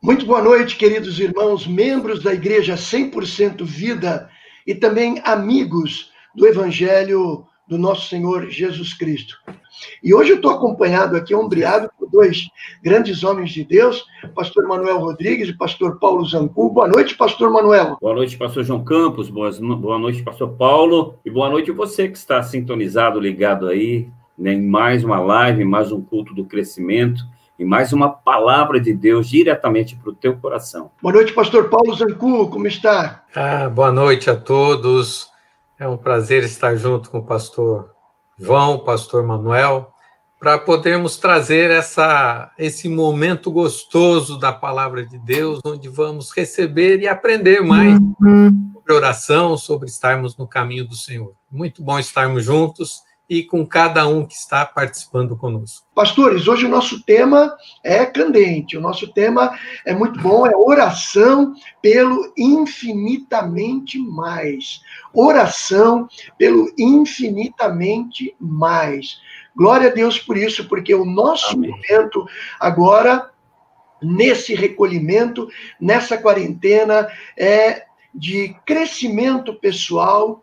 Muito boa noite, queridos irmãos, membros da Igreja 100% Vida e também amigos do Evangelho do nosso Senhor Jesus Cristo. E hoje eu estou acompanhado aqui, ombreado por dois grandes homens de Deus, pastor Manuel Rodrigues e pastor Paulo Zancu. Boa noite, pastor Manuel. Boa noite, pastor João Campos. Boa noite, pastor Paulo. E boa noite você que está sintonizado, ligado aí, né, em mais uma live, mais um culto do crescimento. E mais uma palavra de Deus diretamente para o teu coração. Boa noite, pastor Paulo Zancu, como está? Boa noite a todos. É um prazer estar junto com o pastor João, pastor Manuel, para podermos trazer esse momento gostoso da palavra de Deus, onde vamos receber e aprender mais sobre oração, sobre estarmos no caminho do Senhor. Muito bom estarmos juntos e com cada um que está participando conosco. Pastores, hoje o nosso tema é candente, o nosso tema é muito bom, é oração pelo infinitamente mais. Oração pelo infinitamente mais. Glória a Deus por isso, porque o nosso momento agora, nesse recolhimento, nessa quarentena, é de crescimento pessoal,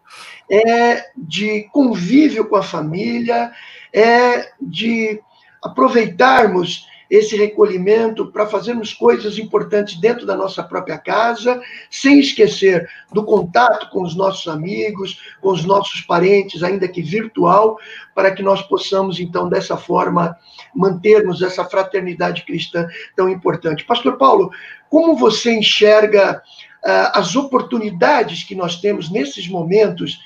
é de convívio com a família, é de aproveitarmos esse recolhimento para fazermos coisas importantes dentro da nossa própria casa, sem esquecer do contato com os nossos amigos, com os nossos parentes, ainda que virtual, para que nós possamos, então, dessa forma, mantermos essa fraternidade cristã tão importante. Pastor Paulo, como você enxerga as oportunidades que nós temos nesses momentos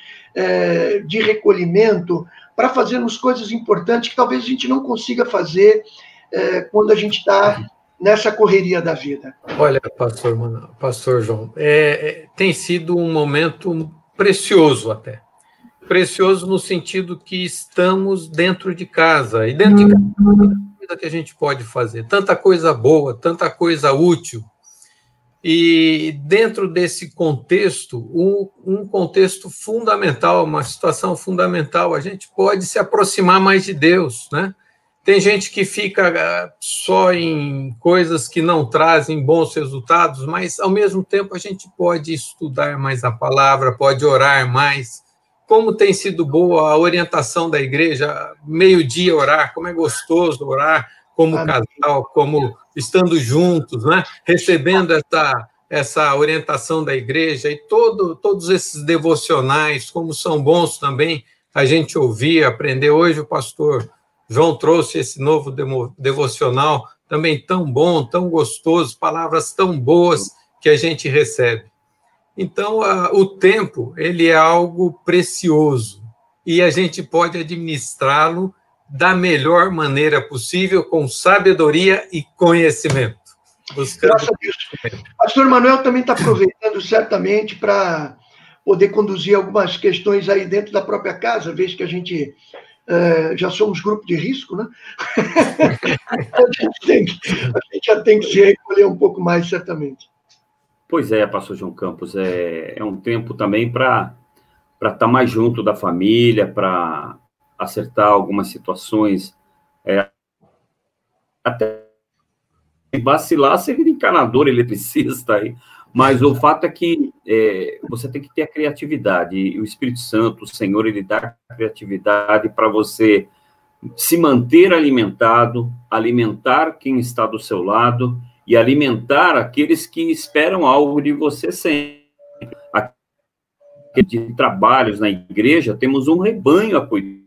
de recolhimento para fazermos coisas importantes que talvez a gente não consiga fazer quando a gente está nessa correria da vida? Olha, pastor João, tem sido um momento precioso até. Precioso no sentido que estamos dentro de casa. E dentro de casa, tanta coisa que a gente pode fazer, tanta coisa boa, tanta coisa útil. E dentro desse contexto, um contexto fundamental, uma situação fundamental, a gente pode se aproximar mais de Deus, né? Tem gente que fica só em coisas que não trazem bons resultados, mas, ao mesmo tempo, a gente pode estudar mais a palavra, pode orar mais. Como tem sido boa a orientação da igreja, meio-dia orar, como é gostoso orar, como casal, como estando juntos, né? Recebendo essa orientação da igreja e todos esses devocionais, como são bons também a gente ouvir, aprender. Hoje o pastor João trouxe esse novo devocional, também tão bom, tão gostoso, palavras tão boas que a gente recebe. Então, o tempo, ele é algo precioso e a gente pode administrá-lo da melhor maneira possível, com sabedoria e conhecimento. Graças a Deus. Pastor Manuel também está aproveitando certamente para poder conduzir algumas questões aí dentro da própria casa, vez que a gente já somos grupo de risco, né? a gente já tem que se recolher um pouco mais, certamente. Pois é, pastor João Campos, é um tempo também para estar mais junto da família, para acertar algumas situações, até vacilar, ser encanador, eletricista, aí. Mas o fato é que você tem que ter a criatividade, e o Espírito Santo, o Senhor, ele dá a criatividade para você se manter alimentado, alimentar quem está do seu lado e alimentar aqueles que esperam algo de você sempre. De trabalhos na igreja, temos um rebanho a cuidar,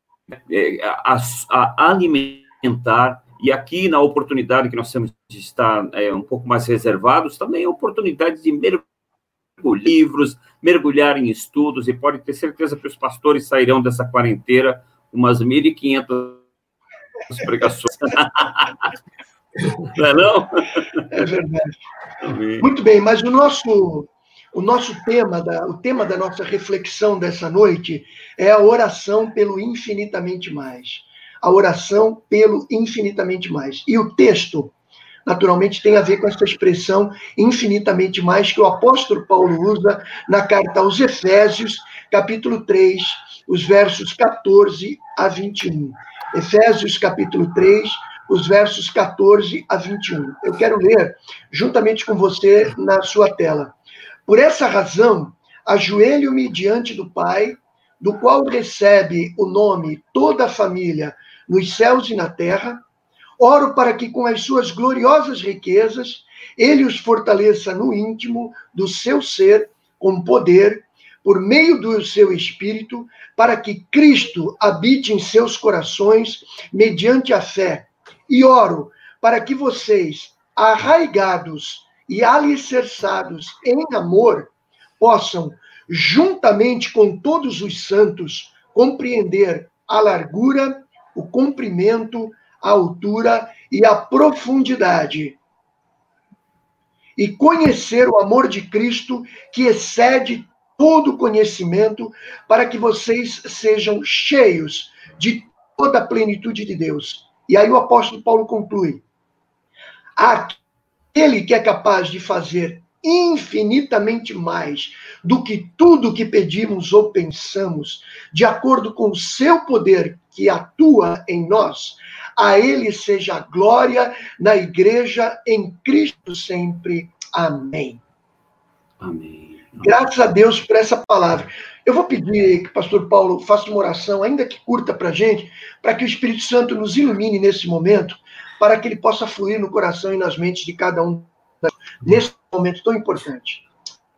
a alimentar, e aqui na oportunidade que nós temos de estar um pouco mais reservados, também é a oportunidade de mergulhar em livros, mergulhar em estudos, e pode ter certeza que os pastores sairão dessa quarentena umas 1.500 pregações. Não é não? É verdade. Muito bem, mas o nosso tema, o tema da nossa reflexão dessa noite é a oração pelo infinitamente mais. A oração pelo infinitamente mais. E o texto, naturalmente, tem a ver com essa expressão infinitamente mais que o apóstolo Paulo usa na carta aos Efésios, capítulo 3, os versos 14 a 21. Efésios, capítulo 3, os versos 14 a 21. Eu quero ler juntamente com você na sua tela. Por essa razão, ajoelho-me diante do Pai, do qual recebe o nome toda a família nos céus e na terra. Oro para que, com as suas gloriosas riquezas, ele os fortaleça no íntimo do seu ser, com poder, por meio do seu Espírito, para que Cristo habite em seus corações, mediante a fé. E oro para que vocês, arraigados e alicerçados em amor, possam, juntamente com todos os santos, compreender a largura, o comprimento, a altura e a profundidade, e conhecer o amor de Cristo, que excede todo conhecimento, para que vocês sejam cheios de toda a plenitude de Deus. E aí o apóstolo Paulo conclui: aquele que é capaz de fazer infinitamente mais do que tudo que pedimos ou pensamos, de acordo com o seu poder que atua em nós, a ele seja a glória na igreja em Cristo sempre. Amém. Amém. Graças a Deus por essa palavra. Eu vou pedir que o pastor Paulo faça uma oração, ainda que curta para a gente, para que o Espírito Santo nos ilumine nesse momento, para que ele possa fluir no coração e nas mentes de cada um, nesse momento tão importante.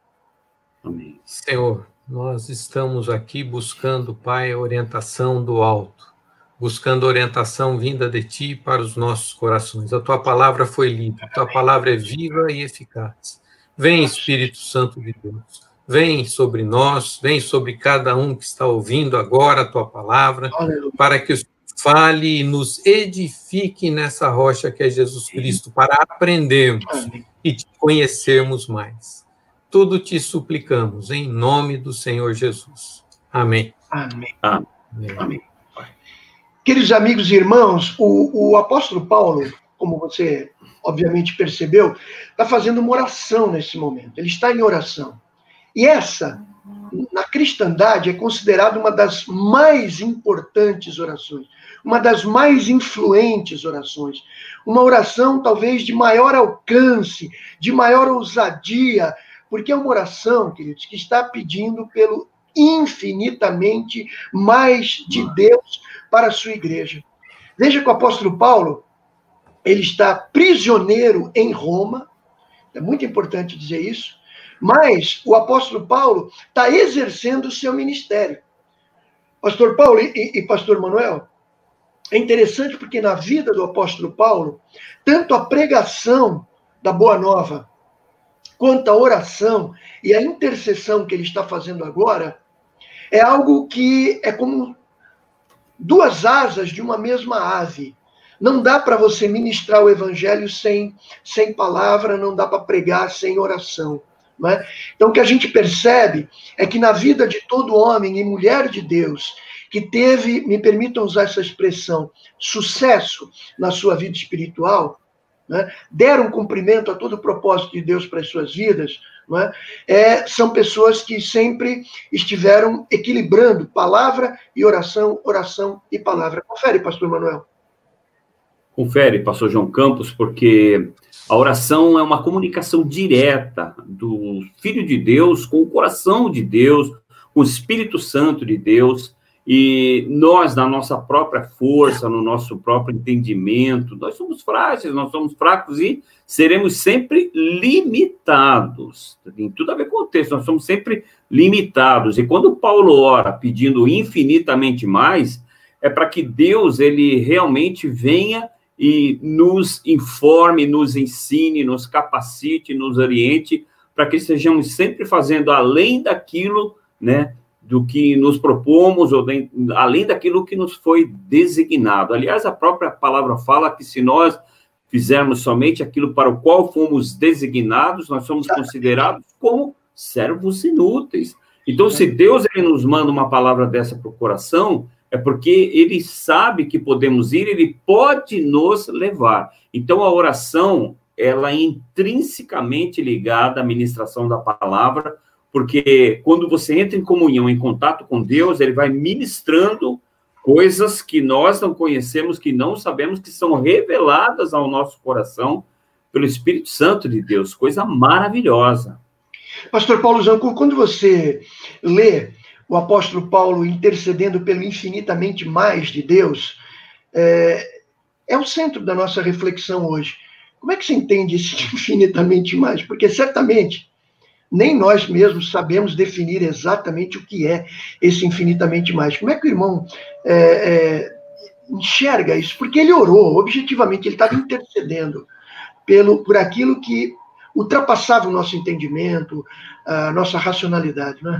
Amém. Senhor, nós estamos aqui buscando, Pai, a orientação do alto, buscando orientação vinda de Ti para os nossos corações. A Tua palavra foi lida, a Tua palavra é viva e eficaz. Vem, Espírito Santo de Deus, vem sobre nós, vem sobre cada um que está ouvindo agora a Tua palavra, para que o Senhor fale e nos edifique nessa rocha que é Jesus Cristo, para aprendermos e Te conhecermos mais. Tudo Te suplicamos, em nome do Senhor Jesus. Amém. Amém. Amém. Amém. Queridos amigos e irmãos, o apóstolo Paulo, como você obviamente percebeu, está fazendo uma oração nesse momento. Ele está em oração. E essa, na cristandade, é considerada uma das mais importantes orações, uma das mais influentes orações. Uma oração, talvez, de maior alcance, de maior ousadia, porque é uma oração, queridos, que está pedindo pelo infinitamente mais de Deus para a sua igreja. Veja que o apóstolo Paulo, ele está prisioneiro em Roma, é muito importante dizer isso, mas o apóstolo Paulo está exercendo o seu ministério. Pastor Paulo e pastor Manuel, é interessante porque na vida do apóstolo Paulo, tanto a pregação da Boa Nova, quanto a oração e a intercessão que ele está fazendo agora, é algo que é como duas asas de uma mesma ave. Não dá para você ministrar o evangelho sem palavra, não dá para pregar sem oração. Não é? Então, o que a gente percebe é que na vida de todo homem e mulher de Deus, que teve, me permitam usar essa expressão, sucesso na sua vida espiritual, né, deram cumprimento a todo o propósito de Deus para as suas vidas, não é? São pessoas que sempre estiveram equilibrando palavra e oração, oração e palavra. Confere, pastor Manuel. Confere, pastor João Campos, porque a oração é uma comunicação direta do Filho de Deus com o coração de Deus, com o Espírito Santo de Deus, e nós, na nossa própria força, no nosso próprio entendimento, nós somos frágeis, nós somos fracos e seremos sempre limitados. Tem tudo a ver com o texto, nós somos sempre limitados. E quando Paulo ora pedindo infinitamente mais, é para que Deus, ele realmente venha e nos informe, nos ensine, nos capacite, nos oriente, para que estejamos sempre fazendo além daquilo, né, do que nos propomos, ou além daquilo que nos foi designado. Aliás, a própria palavra fala que se nós fizermos somente aquilo para o qual fomos designados, nós somos considerados como servos inúteis. Então, se Deus ele nos manda uma palavra dessa para o coração, é porque ele sabe que podemos ir, ele pode nos levar. Então, a oração, ela é intrinsecamente ligada à ministração da palavra, porque quando você entra em comunhão, em contato com Deus, ele vai ministrando coisas que nós não conhecemos, que não sabemos, que são reveladas ao nosso coração pelo Espírito Santo de Deus, coisa maravilhosa. Pastor Paulo Zanco, quando você lê o apóstolo Paulo intercedendo pelo infinitamente mais de Deus, é o centro da nossa reflexão hoje. Como é que você entende esse infinitamente mais? Porque certamente nem nós mesmos sabemos definir exatamente o que é esse infinitamente mais. Como é que o irmão enxerga isso? Porque ele orou, objetivamente, ele estava intercedendo por aquilo que ultrapassava o nosso entendimento, a nossa racionalidade, não é?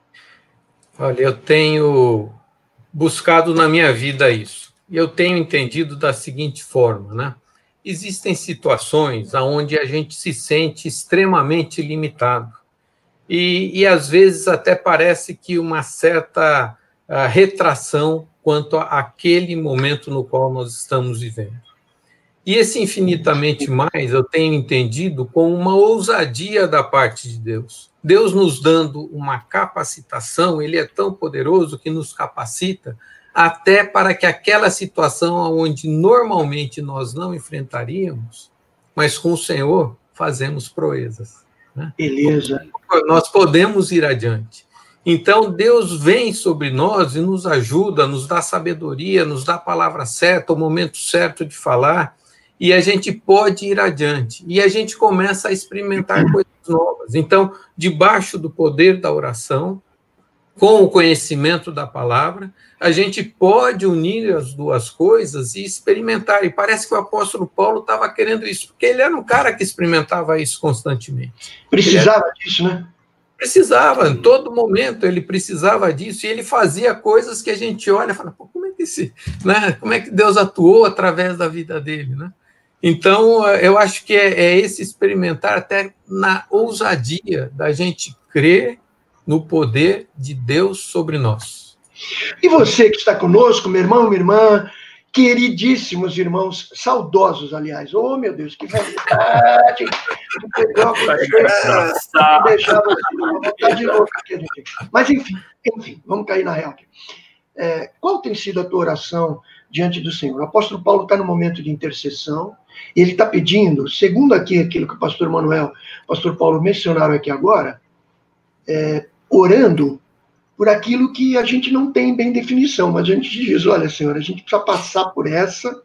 Olha, eu tenho buscado na minha vida isso. E eu tenho entendido da seguinte forma, né? Existem situações onde a gente se sente extremamente limitado. E às vezes até parece que uma certa retração quanto àquele momento no qual nós estamos vivendo. E esse infinitamente mais eu tenho entendido como uma ousadia da parte de Deus. Deus nos dando uma capacitação, ele é tão poderoso que nos capacita até para que aquela situação onde normalmente nós não enfrentaríamos, mas com o Senhor fazemos proezas. Né? Beleza. Nós podemos ir adiante. Então, Deus vem sobre nós e nos ajuda, nos dá sabedoria, nos dá a palavra certa, o momento certo de falar, e a gente pode ir adiante. E a gente começa a experimentar coisas novas. Então, debaixo do poder da oração, com o conhecimento da palavra, a gente pode unir as duas coisas e experimentar. E parece que o apóstolo Paulo estava querendo isso, porque ele era um cara que experimentava isso constantemente. Precisava disso, né? Precisava, em todo momento ele precisava disso, e ele fazia coisas que a gente olha e fala, pô, como é que Deus atuou através da vida dele, né? Então, eu acho que é esse experimentar até na ousadia da gente crer no poder de Deus sobre nós. E você que está conosco, meu irmão, minha irmã, queridíssimos irmãos, saudosos, aliás. Oh, meu Deus, que vontade de pegar o deixar você de louco aqui, gente. Mas, enfim, vamos cair na real aqui. Qual tem sido a tua oração diante do Senhor? O apóstolo Paulo está no momento de intercessão, e ele está pedindo, segundo aquilo que o pastor Manuel, o pastor Paulo mencionaram aqui agora, orando por aquilo que a gente não tem bem definição, mas a gente diz, olha, Senhor, a gente precisa passar por essa,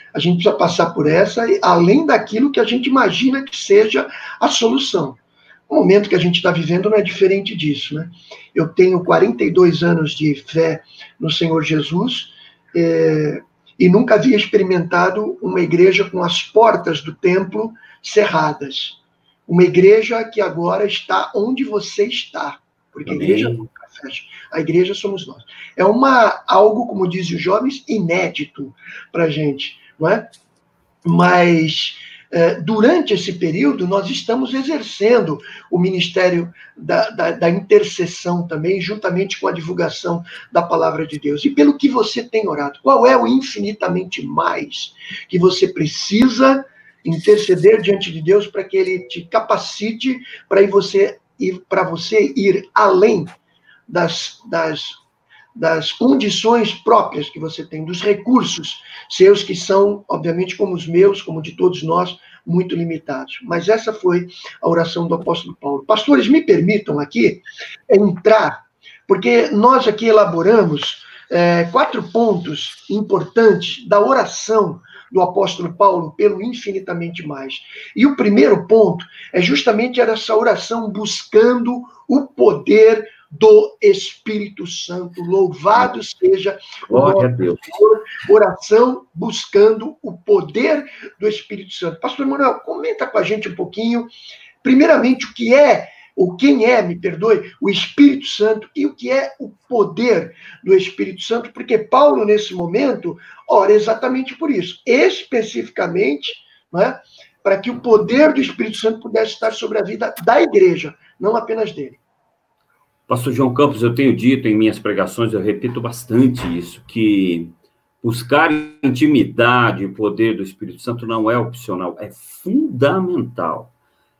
além daquilo que a gente imagina que seja a solução. O momento que a gente está vivendo não é diferente disso, né? Eu tenho 42 anos de fé no Senhor Jesus, e nunca havia experimentado uma igreja com as portas do templo cerradas. Uma igreja que agora está onde você está, porque a igreja nunca fecha. A igreja somos nós. É algo, como dizem os jovens, inédito para a gente, não é? Mas durante esse período nós estamos exercendo o ministério da intercessão também, juntamente com a divulgação da palavra de Deus. E pelo que você tem orado, qual é o infinitamente mais que você precisa interceder diante de Deus para que ele te capacite para você ir além das condições próprias que você tem, dos recursos seus que são, obviamente, como os meus, como de todos nós, muito limitados. Mas essa foi a oração do apóstolo Paulo. Pastores, me permitam aqui entrar, porque nós aqui elaboramos 4 pontos importantes da oração do apóstolo Paulo pelo infinitamente mais. E o primeiro ponto é justamente essa oração buscando o poder do Espírito Santo. Louvado seja o nosso Senhor. Oração buscando o poder do Espírito Santo. Pastor Manuel, comenta com a gente um pouquinho, primeiramente, quem é, o Espírito Santo e o que é o poder do Espírito Santo, porque Paulo, nesse momento, ora exatamente por isso, especificamente, né, para que o poder do Espírito Santo pudesse estar sobre a vida da igreja, não apenas dele. Pastor João Campos, eu tenho dito em minhas pregações, eu repito bastante isso, que buscar intimidade e o poder do Espírito Santo não é opcional, é fundamental.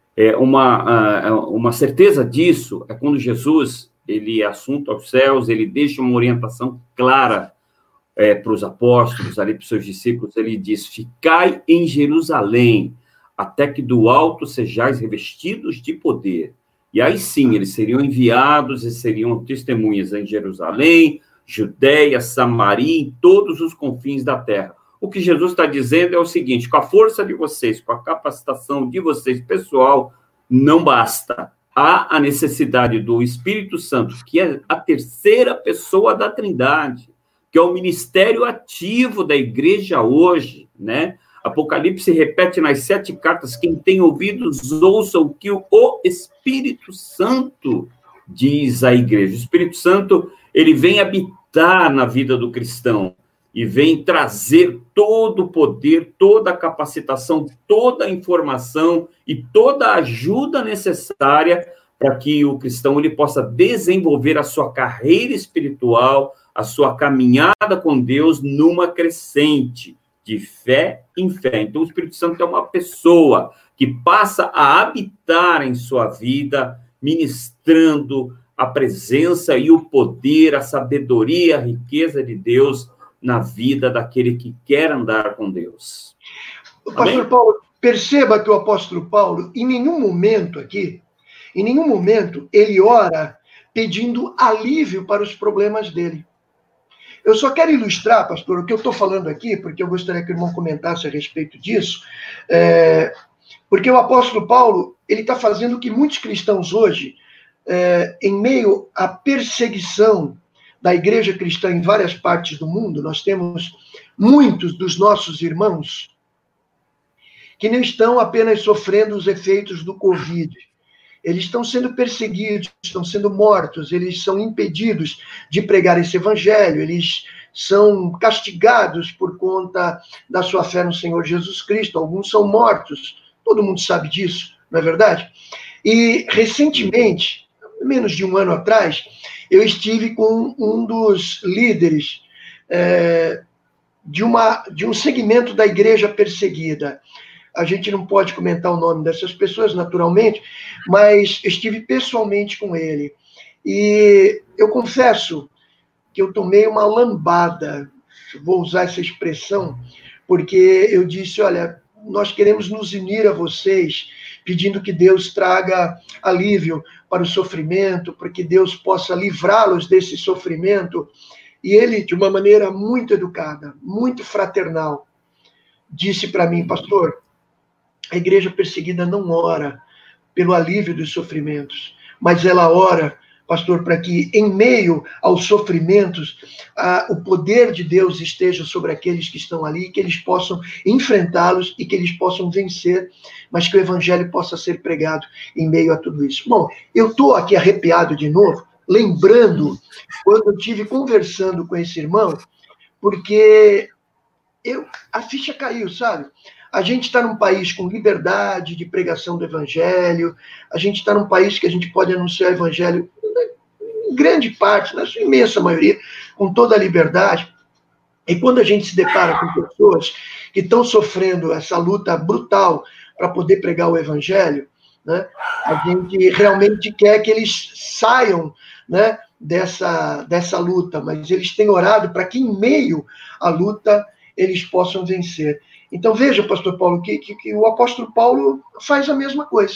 Uma certeza disso é quando Jesus ele é assunto aos céus, ele deixa uma orientação clara para os apóstolos, ali para os seus discípulos, ele diz: ficai em Jerusalém, até que do alto sejais revestidos de poder. E aí sim, eles seriam enviados e seriam testemunhas em Jerusalém, Judéia, Samaria, em todos os confins da terra. O que Jesus está dizendo é o seguinte: com a força de vocês, com a capacitação de vocês, pessoal, não basta. Há a necessidade do Espírito Santo, que é a terceira pessoa da Trindade, que é o ministério ativo da igreja hoje, né? Apocalipse repete nas 7 cartas: quem tem ouvidos, ouça o que o Espírito Santo diz à igreja. O Espírito Santo, ele vem habitar na vida do cristão e vem trazer todo o poder, toda a capacitação, toda a informação e toda a ajuda necessária para que o cristão ele possa desenvolver a sua carreira espiritual, a sua caminhada com Deus numa crescente, de fé em fé. Então, o Espírito Santo é uma pessoa que passa a habitar em sua vida, ministrando a presença e o poder, a sabedoria, a riqueza de Deus na vida daquele que quer andar com Deus. Pastor Paulo, perceba que o apóstolo Paulo, em nenhum momento aqui, em nenhum momento, ele ora pedindo alívio para os problemas dele. Eu só quero ilustrar, pastor, o que eu estou falando aqui, porque eu gostaria que o irmão comentasse a respeito disso, porque o apóstolo Paulo, ele está fazendo o que muitos cristãos hoje, em meio à perseguição da igreja cristã em várias partes do mundo, nós temos muitos dos nossos irmãos que não estão apenas sofrendo os efeitos do Covid. Eles estão sendo perseguidos, estão sendo mortos, eles são impedidos de pregar esse evangelho, eles são castigados por conta da sua fé no Senhor Jesus Cristo, alguns são mortos, todo mundo sabe disso, não é verdade? E, recentemente, menos de um ano atrás, eu estive com um dos líderes de um segmento da igreja perseguida. A gente não pode comentar o nome dessas pessoas, naturalmente, mas estive pessoalmente com ele. E eu confesso que eu tomei uma lambada, vou usar essa expressão, porque eu disse: olha, nós queremos nos unir a vocês, pedindo que Deus traga alívio para o sofrimento, para que Deus possa livrá-los desse sofrimento. E ele, de uma maneira muito educada, muito fraternal, disse para mim: pastor, a igreja perseguida não ora pelo alívio dos sofrimentos, mas ela ora, pastor, para que em meio aos sofrimentos, o poder de Deus esteja sobre aqueles que estão ali, que eles possam enfrentá-los e que eles possam vencer, mas que o evangelho possa ser pregado em meio a tudo isso. Bom, eu estou aqui arrepiado de novo, lembrando quando eu estive conversando com esse irmão, porque a ficha caiu, sabe? A gente está num país com liberdade de pregação do evangelho, a gente está num país que a gente pode anunciar o evangelho, em grande parte, na sua imensa maioria, com toda a liberdade. E quando a gente se depara com pessoas que estão sofrendo essa luta brutal para poder pregar o evangelho, né, a gente realmente quer que eles saiam, né, dessa luta, mas eles têm orado para que em meio à luta eles possam vencer. Então veja, pastor Paulo, que o apóstolo Paulo faz a mesma coisa.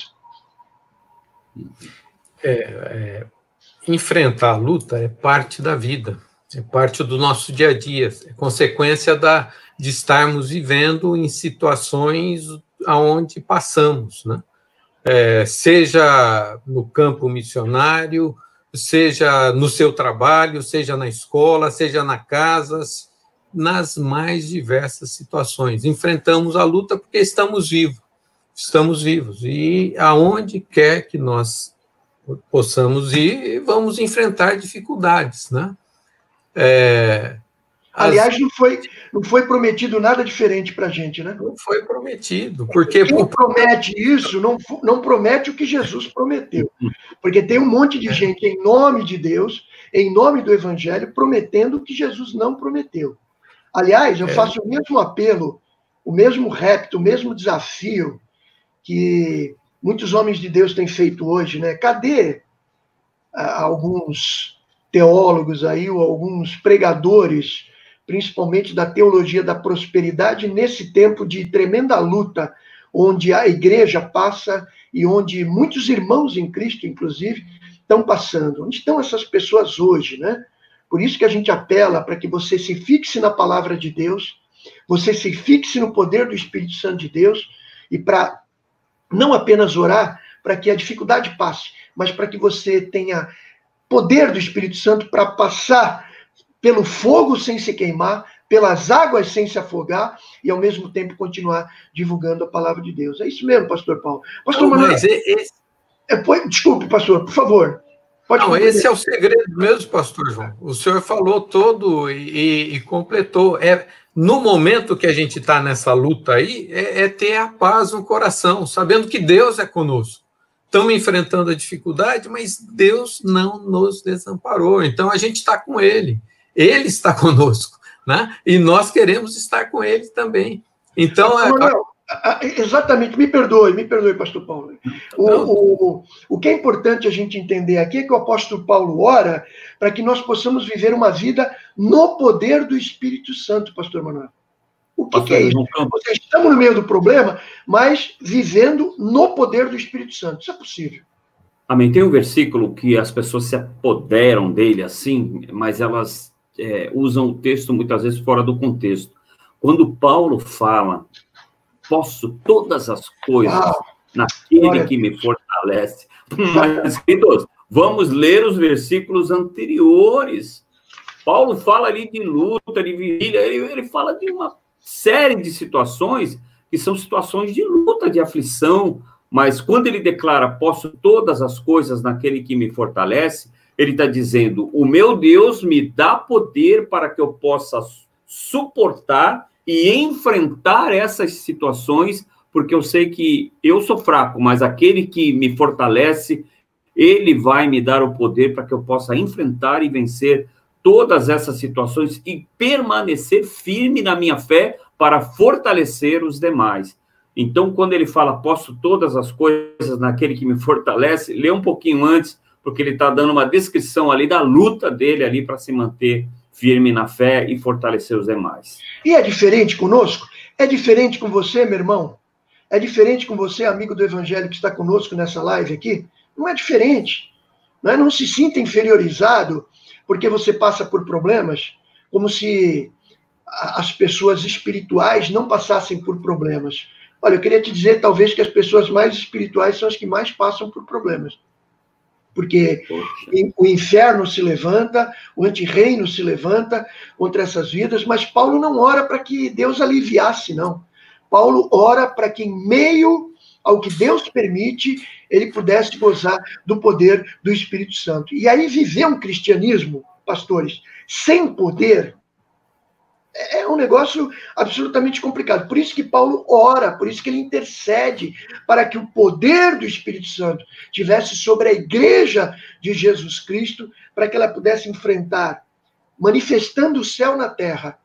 Enfrentar a luta é parte da vida, é parte do nosso dia a dia, é consequência de estarmos vivendo em situações aonde passamos, né? Seja no campo missionário, seja no seu trabalho, seja na escola, seja na casa, nas mais diversas situações. Enfrentamos a luta porque estamos vivos, e aonde quer que nós possamos ir, vamos enfrentar dificuldades, né? Aliás, não foi prometido nada diferente para a gente, né? Não foi prometido, porque... Quem promete isso não promete o que Jesus prometeu, porque tem um monte de gente em nome de Deus, em nome do Evangelho, prometendo o que Jesus não prometeu. Aliás, eu faço o mesmo apelo, o mesmo repto, o mesmo desafio que muitos homens de Deus têm feito hoje, né? Cadê alguns teólogos aí, ou alguns pregadores principalmente da teologia da prosperidade, nesse tempo de tremenda luta, onde a igreja passa e onde muitos irmãos em Cristo, inclusive, estão passando. Onde estão essas pessoas hoje, né? Por isso que a gente apela para que você se fixe na palavra de Deus, você se fixe no poder do Espírito Santo de Deus, e para não apenas orar para que a dificuldade passe, mas para que você tenha poder do Espírito Santo para passar pelo fogo sem se queimar, pelas águas sem se afogar, e ao mesmo tempo continuar divulgando a palavra de Deus. É isso mesmo, pastor Paulo. Pastor Manuel, desculpe, pastor, por favor. Não, esse é o segredo mesmo, pastor João. O senhor falou todo e completou. No momento que a gente está nessa luta aí, é ter a paz no coração, sabendo que Deus é conosco. Estamos enfrentando a dificuldade, mas Deus não nos desamparou. Então, a gente está com Ele. Ele está conosco, né? E nós queremos estar com Ele também. Então, Manuel, exatamente, me perdoe, pastor Paulo. O que é importante a gente entender aqui é que o apóstolo Paulo ora para que nós possamos viver uma vida no poder do Espírito Santo, pastor Manuel. O que é isso? Vocês estamos no meio do problema, mas vivendo no poder do Espírito Santo. Isso é possível. Amém. Tem um versículo que as pessoas se apoderam dele assim, mas elas usam o texto muitas vezes fora do contexto. Quando Paulo fala, posso todas as coisas naquele que me fortalece. Mas, queridos, vamos ler os versículos anteriores. Paulo fala ali de luta, de vigília, ele fala de uma série de situações que são situações de luta, de aflição, mas quando ele declara, posso todas as coisas naquele que me fortalece, ele está dizendo, o meu Deus me dá poder para que eu possa suportar e enfrentar essas situações, porque eu sei que eu sou fraco, mas aquele que me fortalece, ele vai me dar o poder para que eu possa enfrentar e vencer todas essas situações e permanecer firme na minha fé para fortalecer os demais. Então, quando ele fala, posso todas as coisas naquele que me fortalece, lê um pouquinho antes, porque ele está dando uma descrição ali da luta dele ali para se manter firme na fé e fortalecer os demais. E é diferente conosco? É diferente com você, meu irmão? É diferente com você, amigo do Evangelho, que está conosco nessa live aqui? Não é diferente. Não se sinta inferiorizado porque você passa por problemas, como se as pessoas espirituais não passassem por problemas. Olha, eu queria te dizer, talvez, que as pessoas mais espirituais são as que mais passam por problemas. Porque o inferno se levanta, o antirreino se levanta contra essas vidas, mas Paulo não ora para que Deus aliviasse, não. Paulo ora para que, em meio ao que Deus permite, ele pudesse gozar do poder do Espírito Santo. E aí viver um cristianismo, pastores, sem poder, é um negócio absolutamente complicado. Por isso que Paulo ora, por isso que ele intercede para que o poder do Espírito Santo tivesse sobre a igreja de Jesus Cristo, para que ela pudesse enfrentar, manifestando o céu na terra,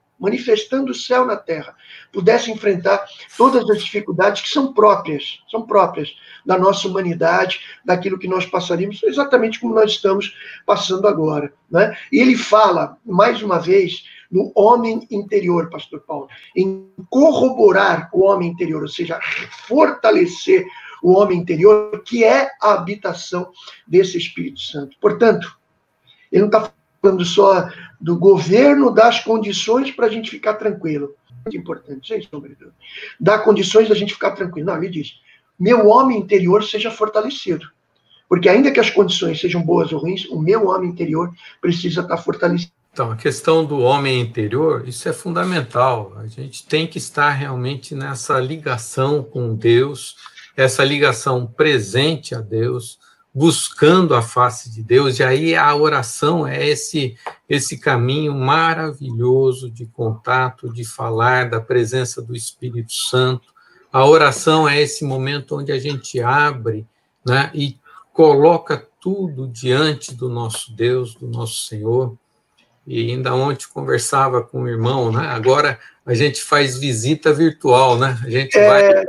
pudesse enfrentar todas as dificuldades que são próprias da nossa humanidade, daquilo que nós passaríamos, exatamente como nós estamos passando agora, né? E ele fala, mais uma vez, no homem interior, pastor Paulo, em corroborar o homem interior, ou seja, fortalecer o homem interior, que é a habitação desse Espírito Santo. Portanto, ele não está falando só do governo, das condições para a gente ficar tranquilo. Muito importante, sem sombra de dúvida. Dá condições da gente ficar tranquilo. Não, ele diz, meu homem interior seja fortalecido. Porque ainda que as condições sejam boas ou ruins, o meu homem interior precisa estar fortalecido. Então, a questão do homem interior, isso é fundamental. A gente tem que estar realmente nessa ligação com Deus, essa ligação presente a Deus, buscando a face de Deus, e aí a oração é esse caminho maravilhoso de contato, de falar da presença do Espírito Santo. A oração é esse momento onde a gente abre, né, e coloca tudo diante do nosso Deus, do nosso Senhor. E ainda ontem conversava com o irmão, né? Agora a gente faz visita virtual, né? A gente vai...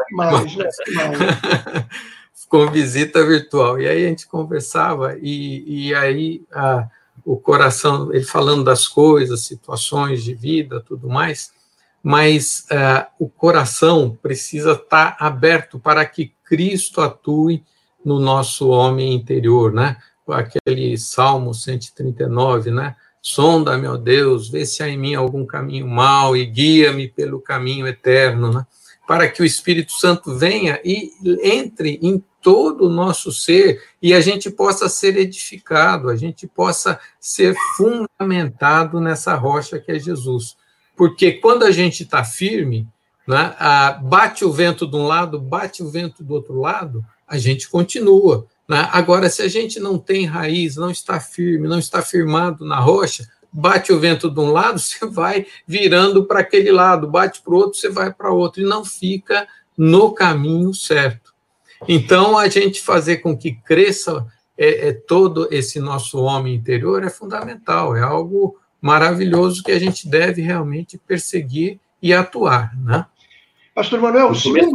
com visita virtual. E aí a gente conversava, e aí o coração, ele falando das coisas, situações de vida, tudo mais, mas o coração precisa estar aberto para que Cristo atue no nosso homem interior, né? Aquele Salmo 139, né? Sonda-me, ó Deus, vê se há em mim algum caminho mau e guia-me pelo caminho eterno, né? Para que o Espírito Santo venha e entre em todo o nosso ser e a gente possa ser edificado, a gente possa ser fundamentado nessa rocha que é Jesus. Porque quando a gente está firme, né, bate o vento de um lado, bate o vento do outro lado, a gente continua. Né? Agora, se a gente não tem raiz, não está firme, não está firmado na rocha, bate o vento de um lado, você vai virando para aquele lado, bate para o outro, você vai para outro, e não fica no caminho certo. Então, a gente fazer com que cresça todo esse nosso homem interior é fundamental, é algo maravilhoso que a gente deve realmente perseguir e atuar, né? Pastor Manuel,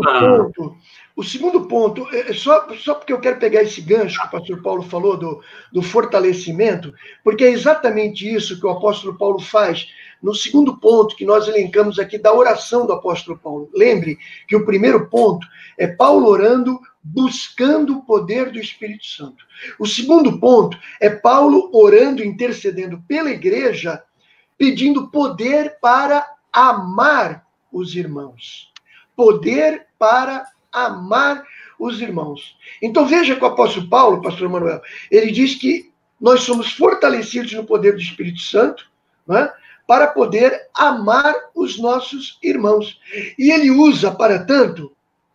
o segundo ponto, só porque eu quero pegar esse gancho que o pastor Paulo falou do fortalecimento, porque é exatamente isso que o apóstolo Paulo faz no segundo ponto que nós elencamos aqui da oração do apóstolo Paulo. Lembre que o primeiro ponto é Paulo orando, buscando o poder do Espírito Santo. O segundo ponto é Paulo orando, intercedendo pela igreja, pedindo poder para amar os irmãos. Poder para amar os irmãos. Então veja que o apóstolo Paulo, pastor Manuel, ele diz que nós somos fortalecidos no poder do Espírito Santo, né, para poder amar os nossos irmãos. E ele usa, para tanto,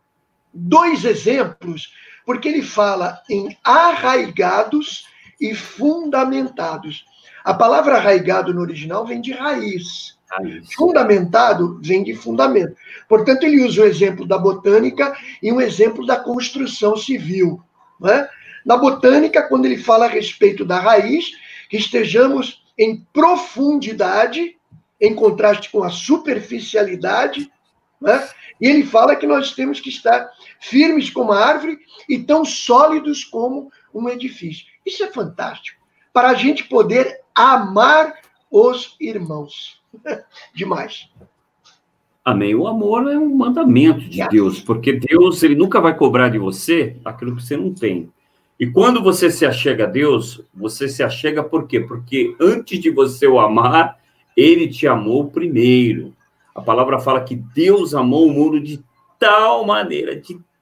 2 exemplos, porque ele fala em arraigados e fundamentados. A palavra arraigado no original vem de raiz. Fundamentado vem de fundamento. Portanto, ele usa o exemplo da botânica e um exemplo da construção civil. Né? Na botânica, quando ele fala a respeito da raiz, que estejamos em profundidade, em contraste com a superficialidade, né? E ele fala que nós temos que estar firmes como a árvore e tão sólidos como um edifício. Isso é fantástico. Para a gente poder amar os irmãos. Demais. Amém. O amor é um mandamento de Deus, porque Deus, ele nunca vai cobrar de você aquilo que você não tem. E quando você se achega a Deus, você se achega por quê? Porque antes de você o amar, ele te amou primeiro. A palavra fala que Deus amou o mundo de tal maneira,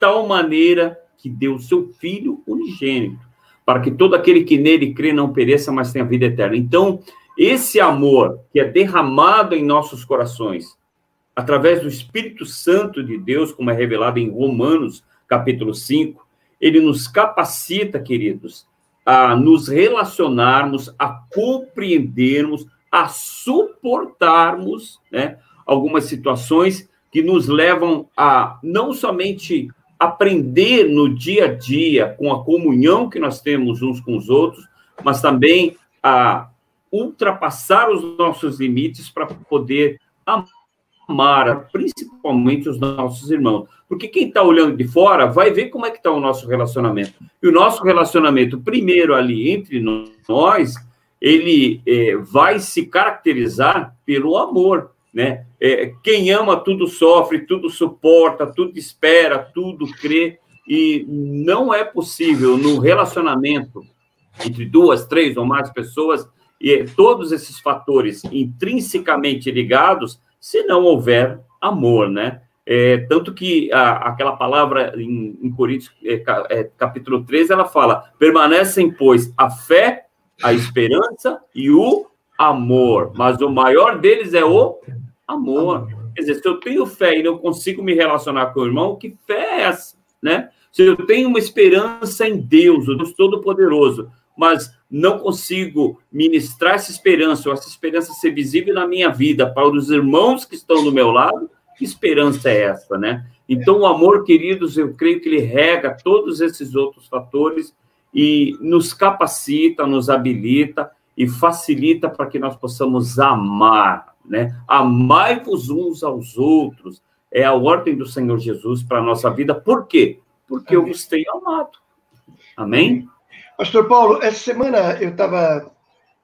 que deu o seu Filho unigênito, para que todo aquele que nele crê não pereça, mas tenha vida eterna. Então, esse amor que é derramado em nossos corações, através do Espírito Santo de Deus, como é revelado em Romanos, capítulo 5, ele nos capacita, queridos, a nos relacionarmos, a compreendermos, a suportarmos, né, algumas situações que nos levam a não somente aprender no dia a dia, com a comunhão que nós temos uns com os outros, mas também a ultrapassar os nossos limites para poder amar, principalmente os nossos irmãos. Porque quem está olhando de fora vai ver como é que está o nosso relacionamento. E o nosso relacionamento, primeiro ali entre nós, ele vai se caracterizar pelo amor, né? Quem ama tudo sofre, tudo suporta, tudo espera, tudo crê. E não é possível no relacionamento entre 2, 3 ou mais pessoas, e todos esses fatores intrinsecamente ligados, se não houver amor, né? Tanto que aquela palavra em Coríntios, capítulo 13, ela fala, permanecem, pois, a fé, a esperança e o amor, mas o maior deles é o amor. Quer dizer, se eu tenho fé e não consigo me relacionar com o irmão, que fé é essa, né? Se eu tenho uma esperança em Deus, o Deus Todo-Poderoso, mas não consigo ministrar essa esperança, ou essa esperança ser visível na minha vida para os irmãos que estão do meu lado, que esperança é essa, né? Então, o amor, queridos, eu creio que ele rega todos esses outros fatores e nos capacita, nos habilita e facilita para que nós possamos amar, né? Amai-vos uns aos outros. É a ordem do Senhor Jesus para a nossa vida. Por quê? Porque eu vos tenho amado. Amém? Pastor Paulo, essa semana eu estava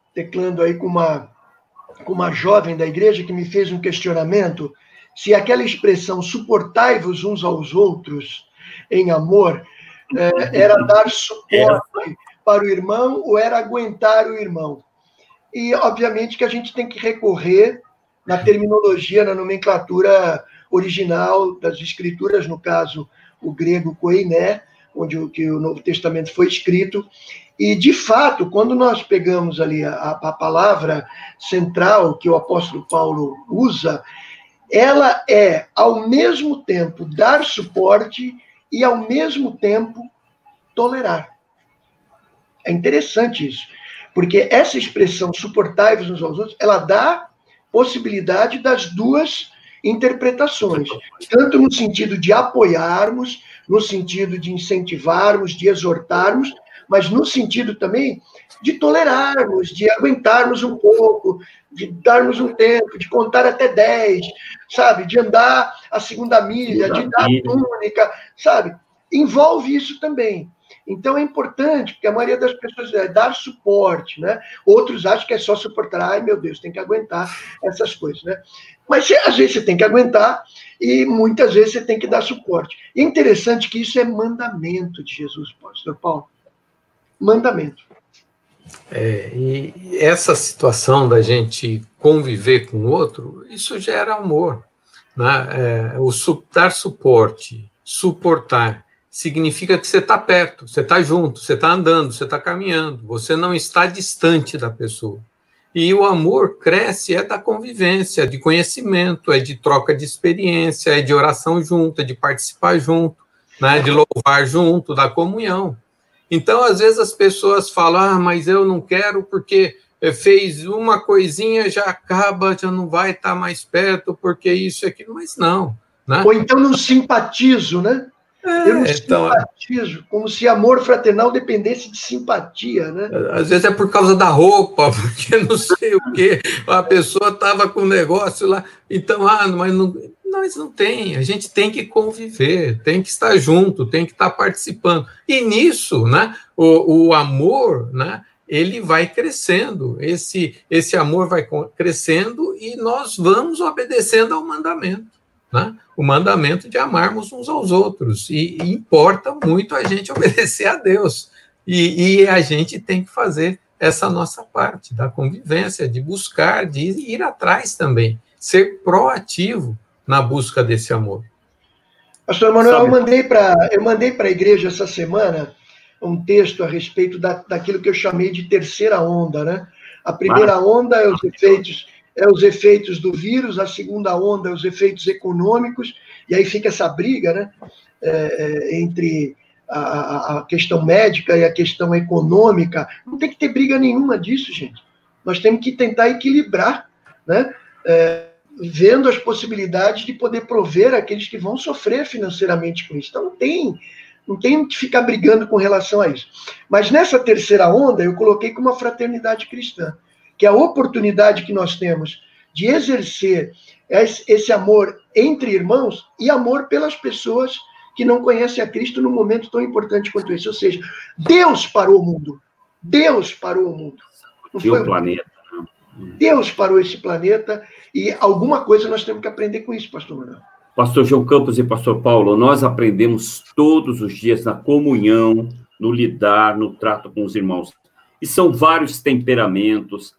teclando aí com uma jovem da igreja que me fez um questionamento se aquela expressão suportai-vos uns aos outros em amor era dar suporte para o irmão ou era aguentar o irmão. E, obviamente, que a gente tem que recorrer na terminologia, na nomenclatura original das escrituras, no caso, o grego koiné, onde o Novo Testamento foi escrito. E, de fato, quando nós pegamos ali a palavra central que o apóstolo Paulo usa, ela é, ao mesmo tempo, dar suporte e, ao mesmo tempo, tolerar. É interessante isso, porque essa expressão suportai-vos uns aos outros, ela dá possibilidade das duas interpretações, tanto no sentido de apoiarmos, no sentido de incentivarmos, de exortarmos, mas no sentido também de tolerarmos, de aguentarmos um pouco, de darmos um tempo, de contar até 10, sabe? De andar a segunda milha, de dar a túnica, sabe? Envolve isso também. Então é importante, porque a maioria das pessoas dar suporte, né? Outros acham que é só suportar, ai meu Deus, tem que aguentar essas coisas, né? Mas às vezes você tem que aguentar e muitas vezes você tem que dar suporte. E é interessante que isso é mandamento de Jesus, pastor Paulo. Mandamento. E essa situação da gente conviver com o outro, isso gera amor, né? Dar suporte, suportar, significa que você está perto, você está junto, você está andando, você está caminhando, você não está distante da pessoa. E o amor cresce da convivência, de conhecimento, de troca de experiência, de oração junto, de participar junto, né, de louvar junto, da comunhão. Então, às vezes as pessoas falam, mas eu não quero porque fez uma coisinha, já acaba, já não vai estar mais perto, porque isso e aquilo, mas não. Né? Ou então não simpatizo, né? Eu não simpatizo, como se amor fraternal dependesse de simpatia, né? Às vezes é por causa da roupa, porque não sei o quê, a pessoa estava com um negócio lá, então, mas não tem, a gente tem que conviver, tem que estar junto, tem que estar participando. E nisso, né, o amor, né, ele vai crescendo, esse amor vai crescendo e nós vamos obedecendo ao mandamento. Né? O mandamento de amarmos uns aos outros, e importa muito a gente obedecer a Deus, e a gente tem que fazer essa nossa parte da convivência, de buscar, de ir atrás também, ser proativo na busca desse amor. Pastor Manuel, eu mandei para a igreja essa semana um texto a respeito daquilo que eu chamei de terceira onda, né? A primeira onda é os efeitos do vírus, a segunda onda é os efeitos econômicos, e aí fica essa briga, né, entre a questão médica e a questão econômica. Não tem que ter briga nenhuma disso, gente. Nós temos que tentar equilibrar, né, vendo as possibilidades de poder prover aqueles que vão sofrer financeiramente com isso. Então não tem que ficar brigando com relação a isso. Mas nessa terceira onda, eu coloquei como uma fraternidade cristã, que é a oportunidade que nós temos de exercer esse amor entre irmãos e amor pelas pessoas que não conhecem a Cristo num momento tão importante quanto esse. Ou seja, Deus parou o mundo. Deus parou o mundo. Não foi o planeta. Deus parou esse planeta e alguma coisa nós temos que aprender com isso, pastor Manuel. Pastor João Campos e pastor Paulo, nós aprendemos todos os dias na comunhão, no lidar, no trato com os irmãos. E são vários temperamentos,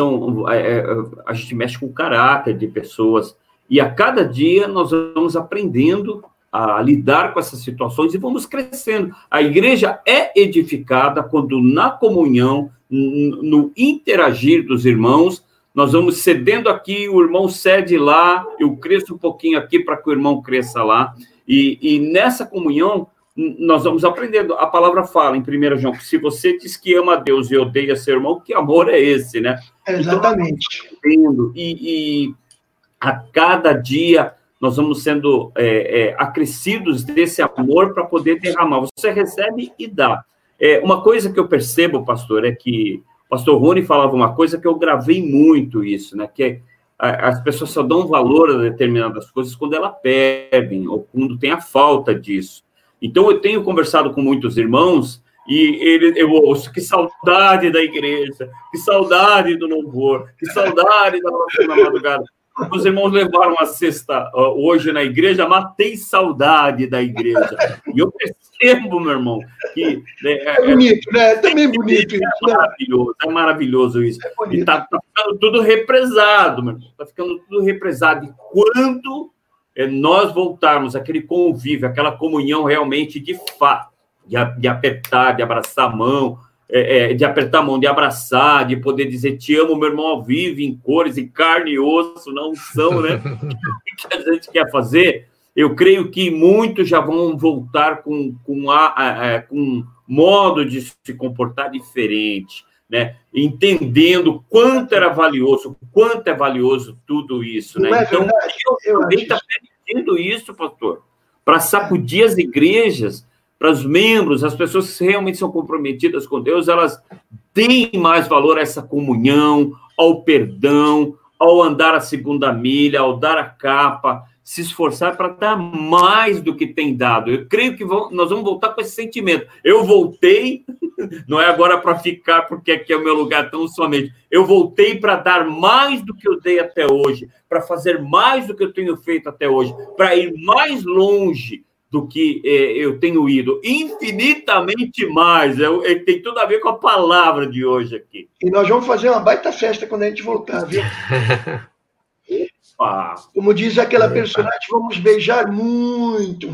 a gente mexe com o caráter de pessoas, e a cada dia nós vamos aprendendo a lidar com essas situações e vamos crescendo. A igreja é edificada quando na comunhão, no interagir dos irmãos, nós vamos cedendo aqui, o irmão cede lá, eu cresço um pouquinho aqui para que o irmão cresça lá, e nessa comunhão nós vamos aprendendo. A palavra fala em 1 João, que se você diz que ama a Deus e odeia seu irmão, que amor é esse, né? Exatamente. Então, e a cada dia nós vamos sendo acrescidos desse amor para poder derramar. Você recebe e dá. Uma coisa que eu percebo, pastor, é que o pastor Rony falava uma coisa que eu gravei muito isso, né? Que as pessoas só dão valor a determinadas coisas quando elas perdem ou quando tem a falta disso. Então, eu tenho conversado com muitos irmãos e eu ouço, que saudade da igreja, que saudade do louvor, que saudade da oração da madrugada. Os irmãos levaram a cesta hoje na igreja, matei saudade da igreja. E eu percebo, meu irmão, que... É bonito, né? É também bonito isso. É maravilhoso isso. E está ficando tudo represado, meu irmão. Está ficando tudo represado. E quando nós voltarmos àquele convívio, aquela comunhão realmente de fato, de apertar, de abraçar a mão, de apertar a mão, de abraçar, de poder dizer te amo, meu irmão, ao vivo, em cores, em carne e osso, não são, né? O que a gente quer fazer? Eu creio que muitos já vão voltar com modo de se comportar diferente, né? Entendendo quanto era valioso, quanto é valioso tudo isso, né? Então, Deus também está permitindo isso, pastor, para sacudir as igrejas, para os membros, as pessoas que realmente são comprometidas com Deus, elas deem mais valor a essa comunhão, ao perdão, ao andar a segunda milha, ao dar a capa, se esforçar para dar mais do que tem dado. Eu creio que nós vamos voltar com esse sentimento. Eu voltei, não é agora para ficar, porque aqui é o meu lugar tão somente. Eu voltei para dar mais do que eu dei até hoje, para fazer mais do que eu tenho feito até hoje, para ir mais longe do que eu tenho ido, infinitamente mais. Tem tudo a ver com a palavra de hoje aqui. E nós vamos fazer uma baita festa quando a gente voltar, viu? Opa. Como diz aquela personagem, vamos beijar muito.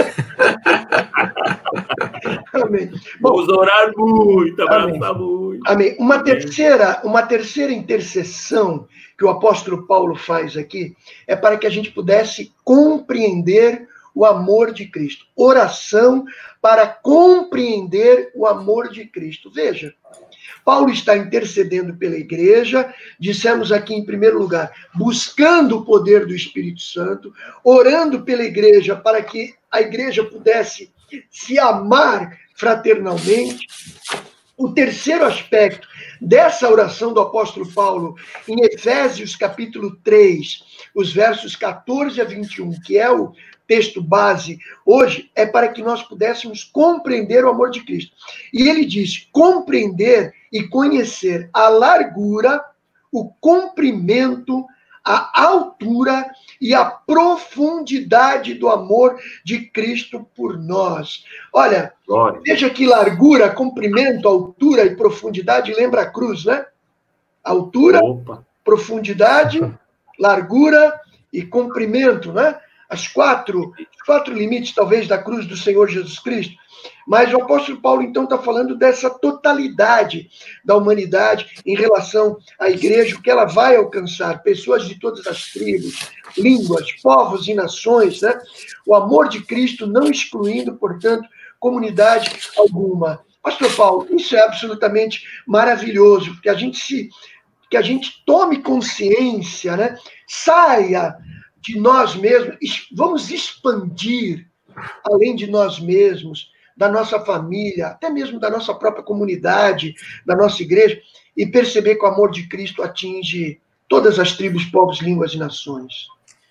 Amém. Bom, vamos orar muito, abraçar muito. Amém. Uma terceira intercessão que o apóstolo Paulo faz aqui é para que a gente pudesse compreender o amor de Cristo. Oração para compreender o amor de Cristo. Veja, Paulo está intercedendo pela igreja, dissemos aqui em primeiro lugar, buscando o poder do Espírito Santo, orando pela igreja para que a igreja pudesse se amar fraternalmente. O terceiro aspecto dessa oração do apóstolo Paulo, em Efésios capítulo 3, os versos 14 a 21, que é o texto base hoje, é para que nós pudéssemos compreender o amor de Cristo. E ele diz, compreender e conhecer a largura, o comprimento, a altura e a profundidade do amor de Cristo por nós. Olha, veja que largura, comprimento, altura e profundidade lembra a cruz, né? Altura, profundidade, largura e comprimento, né? Os quatro limites, talvez, da cruz do Senhor Jesus Cristo. Mas o apóstolo Paulo, então, está falando dessa totalidade da humanidade em relação à igreja, o que ela vai alcançar, pessoas de todas as tribos, línguas, povos e nações, né? O amor de Cristo não excluindo, portanto, comunidade alguma. Pastor Paulo, isso é absolutamente maravilhoso, porque que a gente tome consciência, né? Saia de nós mesmos, vamos expandir além de nós mesmos, da nossa família, até mesmo da nossa própria comunidade, da nossa igreja, e perceber que o amor de Cristo atinge todas as tribos, povos, línguas e nações.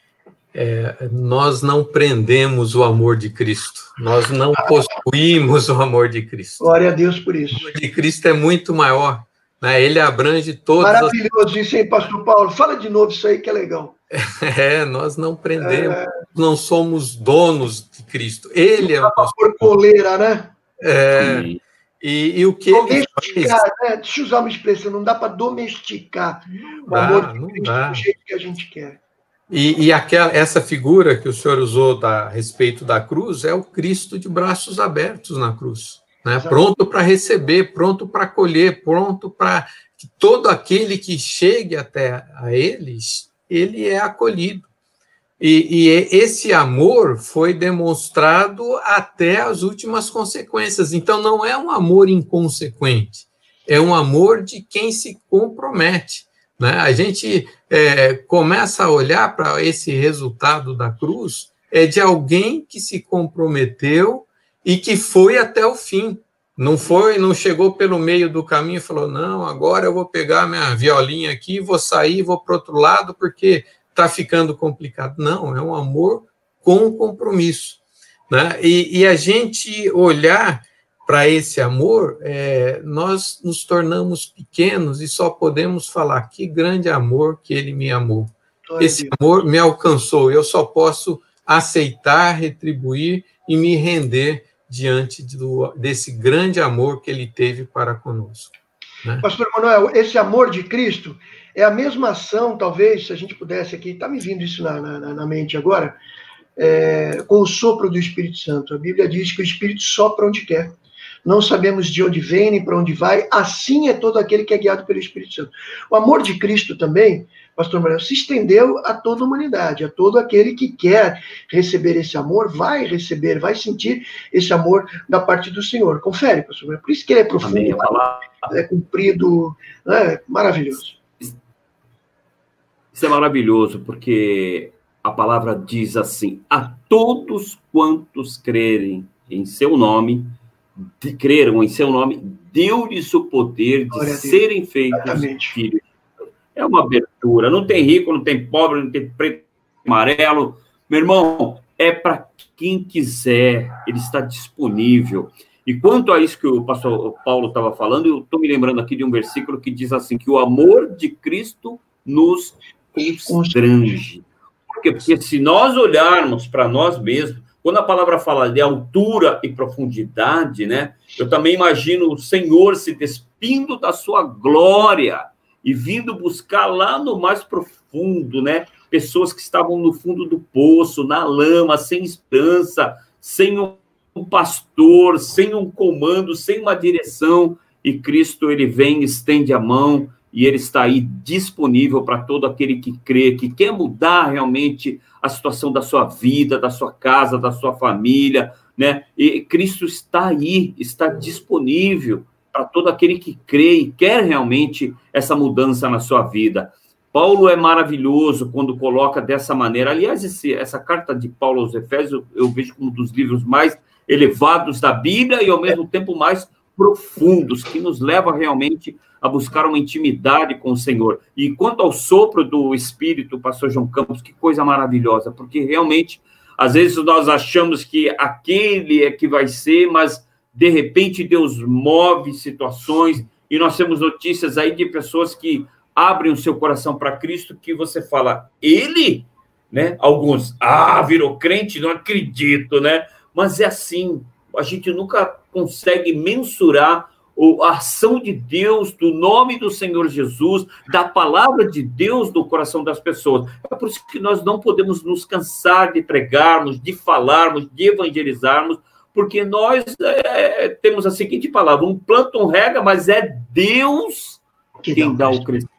Nós não prendemos o amor de Cristo, nós não possuímos o amor de Cristo. Glória a Deus por isso. O amor de Cristo é muito maior, né? Ele abrange todas Maravilhoso isso, hein, pastor Paulo? Fala de novo isso aí que é legal. Nós não prendemos, não somos donos de Cristo. Ele é o nosso porcoleira, né? E o que domesticar, ele faz... né? Deixa eu usar uma expressão, não dá para domesticar o amor de Cristo do jeito que a gente quer. E essa figura que o senhor usou a respeito da cruz é o Cristo de braços abertos na cruz, né? Pronto para receber, pronto para acolher, pronto para que todo aquele que chegue até a eles, ele é acolhido. E esse amor foi demonstrado até as últimas consequências. Então, não é um amor inconsequente, é um amor de quem se compromete, né? A gente começa a olhar para esse resultado da cruz, de alguém que se comprometeu e que foi até o fim. Não chegou pelo meio do caminho e falou, não, agora eu vou pegar minha violinha aqui, vou sair, vou para o outro lado, porque está ficando complicado. Não, é um amor com compromisso, né? E a gente olhar para esse amor, nós nos tornamos pequenos e só podemos falar que grande amor que ele me amou. Esse amor me alcançou, eu só posso aceitar, retribuir e me render diante desse grande amor que ele teve para conosco. Né? Pastor Manuel, esse amor de Cristo é a mesma ação, talvez, se a gente pudesse aqui, está me vindo isso na mente agora, com o sopro do Espírito Santo. A Bíblia diz que o Espírito sopra onde quer. Não sabemos de onde vem nem para onde vai, assim é todo aquele que é guiado pelo Espírito Santo. O amor de Cristo também, pastor Manuel, se estendeu a toda a humanidade, a todo aquele que quer receber esse amor, vai receber, vai sentir esse amor da parte do Senhor. Confere, pastor Manuel, por isso que ele é profundo, é comprido, maravilhoso. Isso é maravilhoso, porque a palavra diz assim: a todos quantos crerem em seu nome, creram em seu nome, deu-lhes o poder de serem feitos filhos. É uma abertura. Não tem rico, não tem pobre, não tem preto, amarelo. Meu irmão, é para quem quiser. Ele está disponível. E quanto a isso que o pastor Paulo estava falando, eu estou me lembrando aqui de um versículo que diz assim, que o amor de Cristo nos constrange. Por quê? Porque se nós olharmos para nós mesmos, quando a palavra fala de altura e profundidade, né, eu também imagino o Senhor se despindo da sua glória e vindo buscar lá no mais profundo, né, pessoas que estavam no fundo do poço, na lama, sem esperança, sem um pastor, sem um comando, sem uma direção, e Cristo, ele vem, estende a mão, e ele está aí disponível para todo aquele que crê, que quer mudar realmente a situação da sua vida, da sua casa, da sua família, né? E Cristo está aí, está disponível para todo aquele que crê e quer realmente essa mudança na sua vida. Paulo é maravilhoso quando coloca dessa maneira. Aliás, essa carta de Paulo aos Efésios eu vejo como um dos livros mais elevados da Bíblia e, ao mesmo tempo, mais profundos, que nos leva realmente a buscar uma intimidade com o Senhor. E quanto ao sopro do Espírito, pastor João Campos, que coisa maravilhosa, porque realmente, às vezes nós achamos que aquele é que vai ser, mas, de repente, Deus move situações, e nós temos notícias aí de pessoas que abrem o seu coração para Cristo, que você fala, ele? Né? Alguns, virou crente, não acredito, né? Mas é assim, a gente nunca consegue mensurar a ação de Deus, do nome do Senhor Jesus, da palavra de Deus no coração das pessoas. É por isso que nós não podemos nos cansar de pregarmos, de falarmos, de evangelizarmos, porque nós temos a seguinte palavra, um planta, um rega, mas é Deus quem dá o crescimento.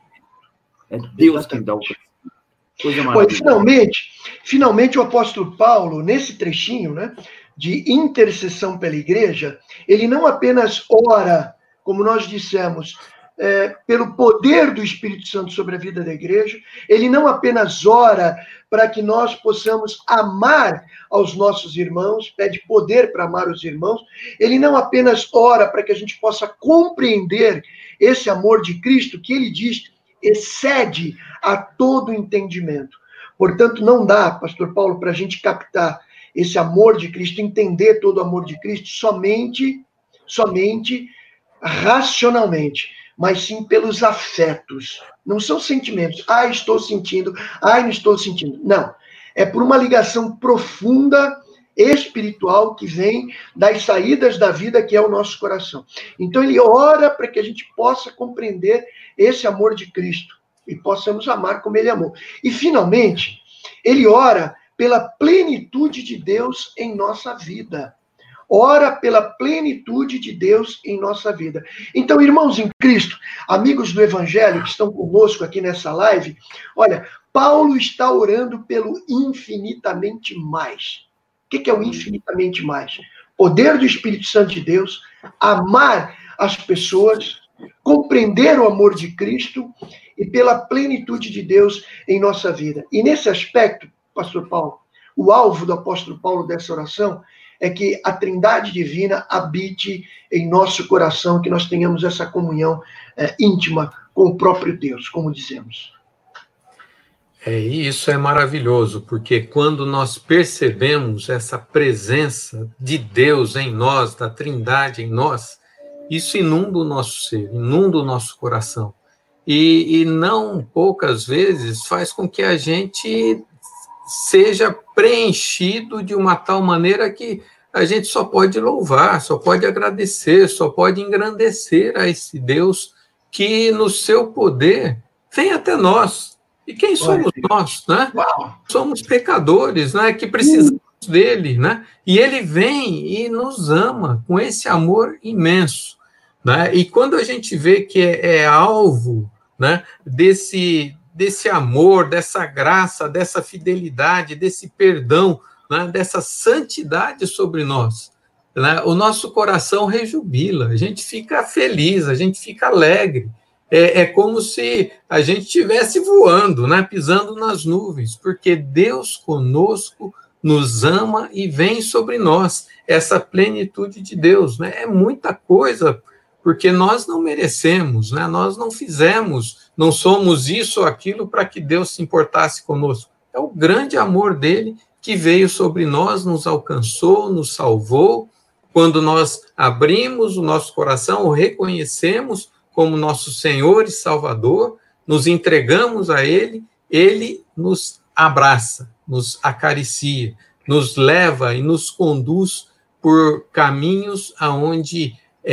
É Deus quem dá o crescimento. Coisa maravilhosa. Pois, finalmente o apóstolo Paulo, nesse trechinho, né, de intercessão pela igreja, ele não apenas ora, como nós dissemos, pelo poder do Espírito Santo sobre a vida da igreja, ele não apenas ora para que nós possamos amar aos nossos irmãos, pede poder para amar os irmãos, ele não apenas ora para que a gente possa compreender esse amor de Cristo, que ele diz excede a todo entendimento. Portanto, não dá, pastor Paulo, para a gente captar esse amor de Cristo, entender todo o amor de Cristo somente racionalmente, mas sim pelos afetos. Não são sentimentos. Estou sentindo. Não estou sentindo. Não. É por uma ligação profunda, espiritual, que vem das saídas da vida, que é o nosso coração. Então, ele ora para que a gente possa compreender esse amor de Cristo e possamos amar como ele amou. E, finalmente, ele ora pela plenitude de Deus em nossa vida. Ora pela plenitude de Deus em nossa vida. Então, irmãos em Cristo, amigos do Evangelho que estão conosco aqui nessa live, olha, Paulo está orando pelo infinitamente mais. O que é o infinitamente mais? Poder do Espírito Santo de Deus, amar as pessoas, compreender o amor de Cristo e pela plenitude de Deus em nossa vida. E nesse aspecto, pastor Paulo, o alvo do apóstolo Paulo dessa oração é que a Trindade Divina habite em nosso coração, que nós tenhamos essa comunhão íntima com o próprio Deus, como dizemos. E isso é maravilhoso, porque quando nós percebemos essa presença de Deus em nós, da Trindade em nós, isso inunda o nosso ser, inunda o nosso coração. E não poucas vezes faz com que a gente seja preenchido de uma tal maneira que a gente só pode louvar, só pode agradecer, só pode engrandecer a esse Deus que, no seu poder, vem até nós. E quem somos nós, né? Somos pecadores, né? Que precisamos dele, né? E ele vem e nos ama com esse amor imenso, né? E quando a gente vê que é alvo, né, desse amor, dessa graça, dessa fidelidade, desse perdão, né, dessa santidade sobre nós, né, o nosso coração rejubila, a gente fica feliz, a gente fica alegre. É como se a gente estivesse voando, né, pisando nas nuvens, porque Deus conosco nos ama e vem sobre nós, essa plenitude de Deus, né? É muita coisa, porque nós não merecemos, né? Nós não fizemos, não somos isso ou aquilo para que Deus se importasse conosco. É o grande amor dele que veio sobre nós, nos alcançou, nos salvou. Quando nós abrimos o nosso coração, o reconhecemos como nosso Senhor e Salvador, nos entregamos a ele, ele nos abraça, nos acaricia, nos leva e nos conduz por caminhos aonde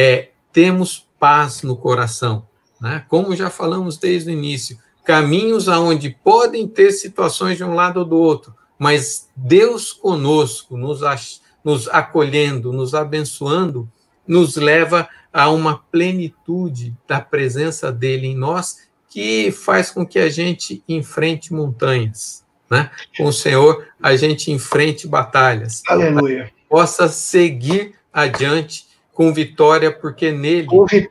temos paz no coração, né? Como já falamos desde o início, caminhos aonde podem ter situações de um lado ou do outro, mas Deus conosco, nos acolhendo, nos abençoando, nos leva a uma plenitude da presença dele em nós, que faz com que a gente enfrente montanhas, né? Com o Senhor, a gente enfrente batalhas. Aleluia. Possa seguir adiante com vitória, porque nele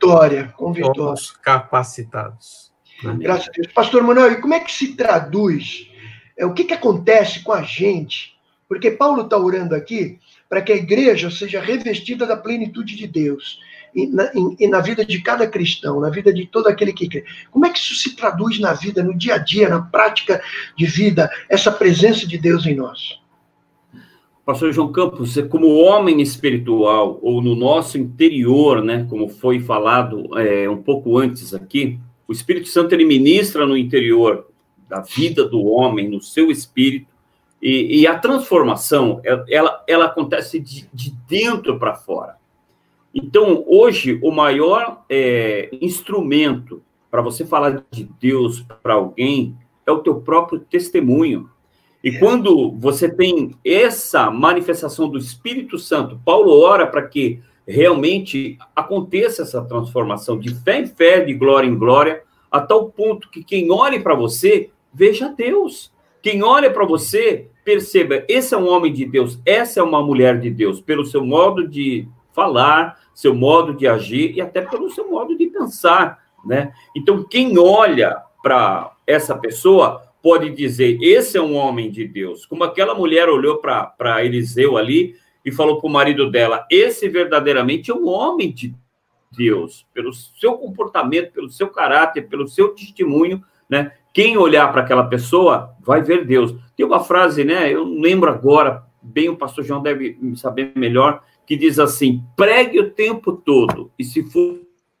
somos capacitados. Né? Graças a Deus. Pastor Manuel, e como é que se traduz? O que acontece com a gente? Porque Paulo está orando aqui para que a igreja seja revestida da plenitude de Deus. E na vida de cada cristão, na vida de todo aquele que crê. Como é que isso se traduz na vida, no dia a dia, na prática de vida, essa presença de Deus em nós? Pastor João Campos, como homem espiritual, ou no nosso interior, né, como foi falado um pouco antes aqui, o Espírito Santo ele ministra no interior da vida do homem, no seu espírito, e a transformação, ela acontece de dentro para fora. Então, hoje, o maior instrumento para você falar de Deus para alguém é o teu próprio testemunho. E quando você tem essa manifestação do Espírito Santo, Paulo ora para que realmente aconteça essa transformação de fé em fé, de glória em glória, a tal ponto que quem olhe para você, veja Deus. Quem olha para você, perceba, esse é um homem de Deus, essa é uma mulher de Deus, pelo seu modo de falar, seu modo de agir e até pelo seu modo de pensar, né? Então, quem olha para essa pessoa pode dizer, esse é um homem de Deus. Como aquela mulher olhou para Eliseu ali e falou para o marido dela, esse verdadeiramente é um homem de Deus. Pelo seu comportamento, pelo seu caráter, pelo seu testemunho, né? Quem olhar para aquela pessoa vai ver Deus. Tem uma frase, né? Eu não lembro agora, bem o pastor João deve saber melhor, que diz assim, pregue o tempo todo, e se for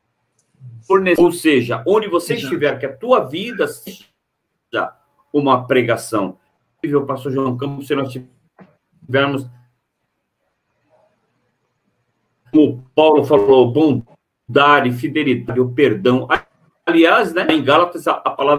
ou seja, onde você estiver, que a tua vida seja uma pregação. O pastor João Campos, se nós tivermos, como Paulo falou, bondade, fidelidade, o perdão. Aliás, né, em Gálatas, a palavra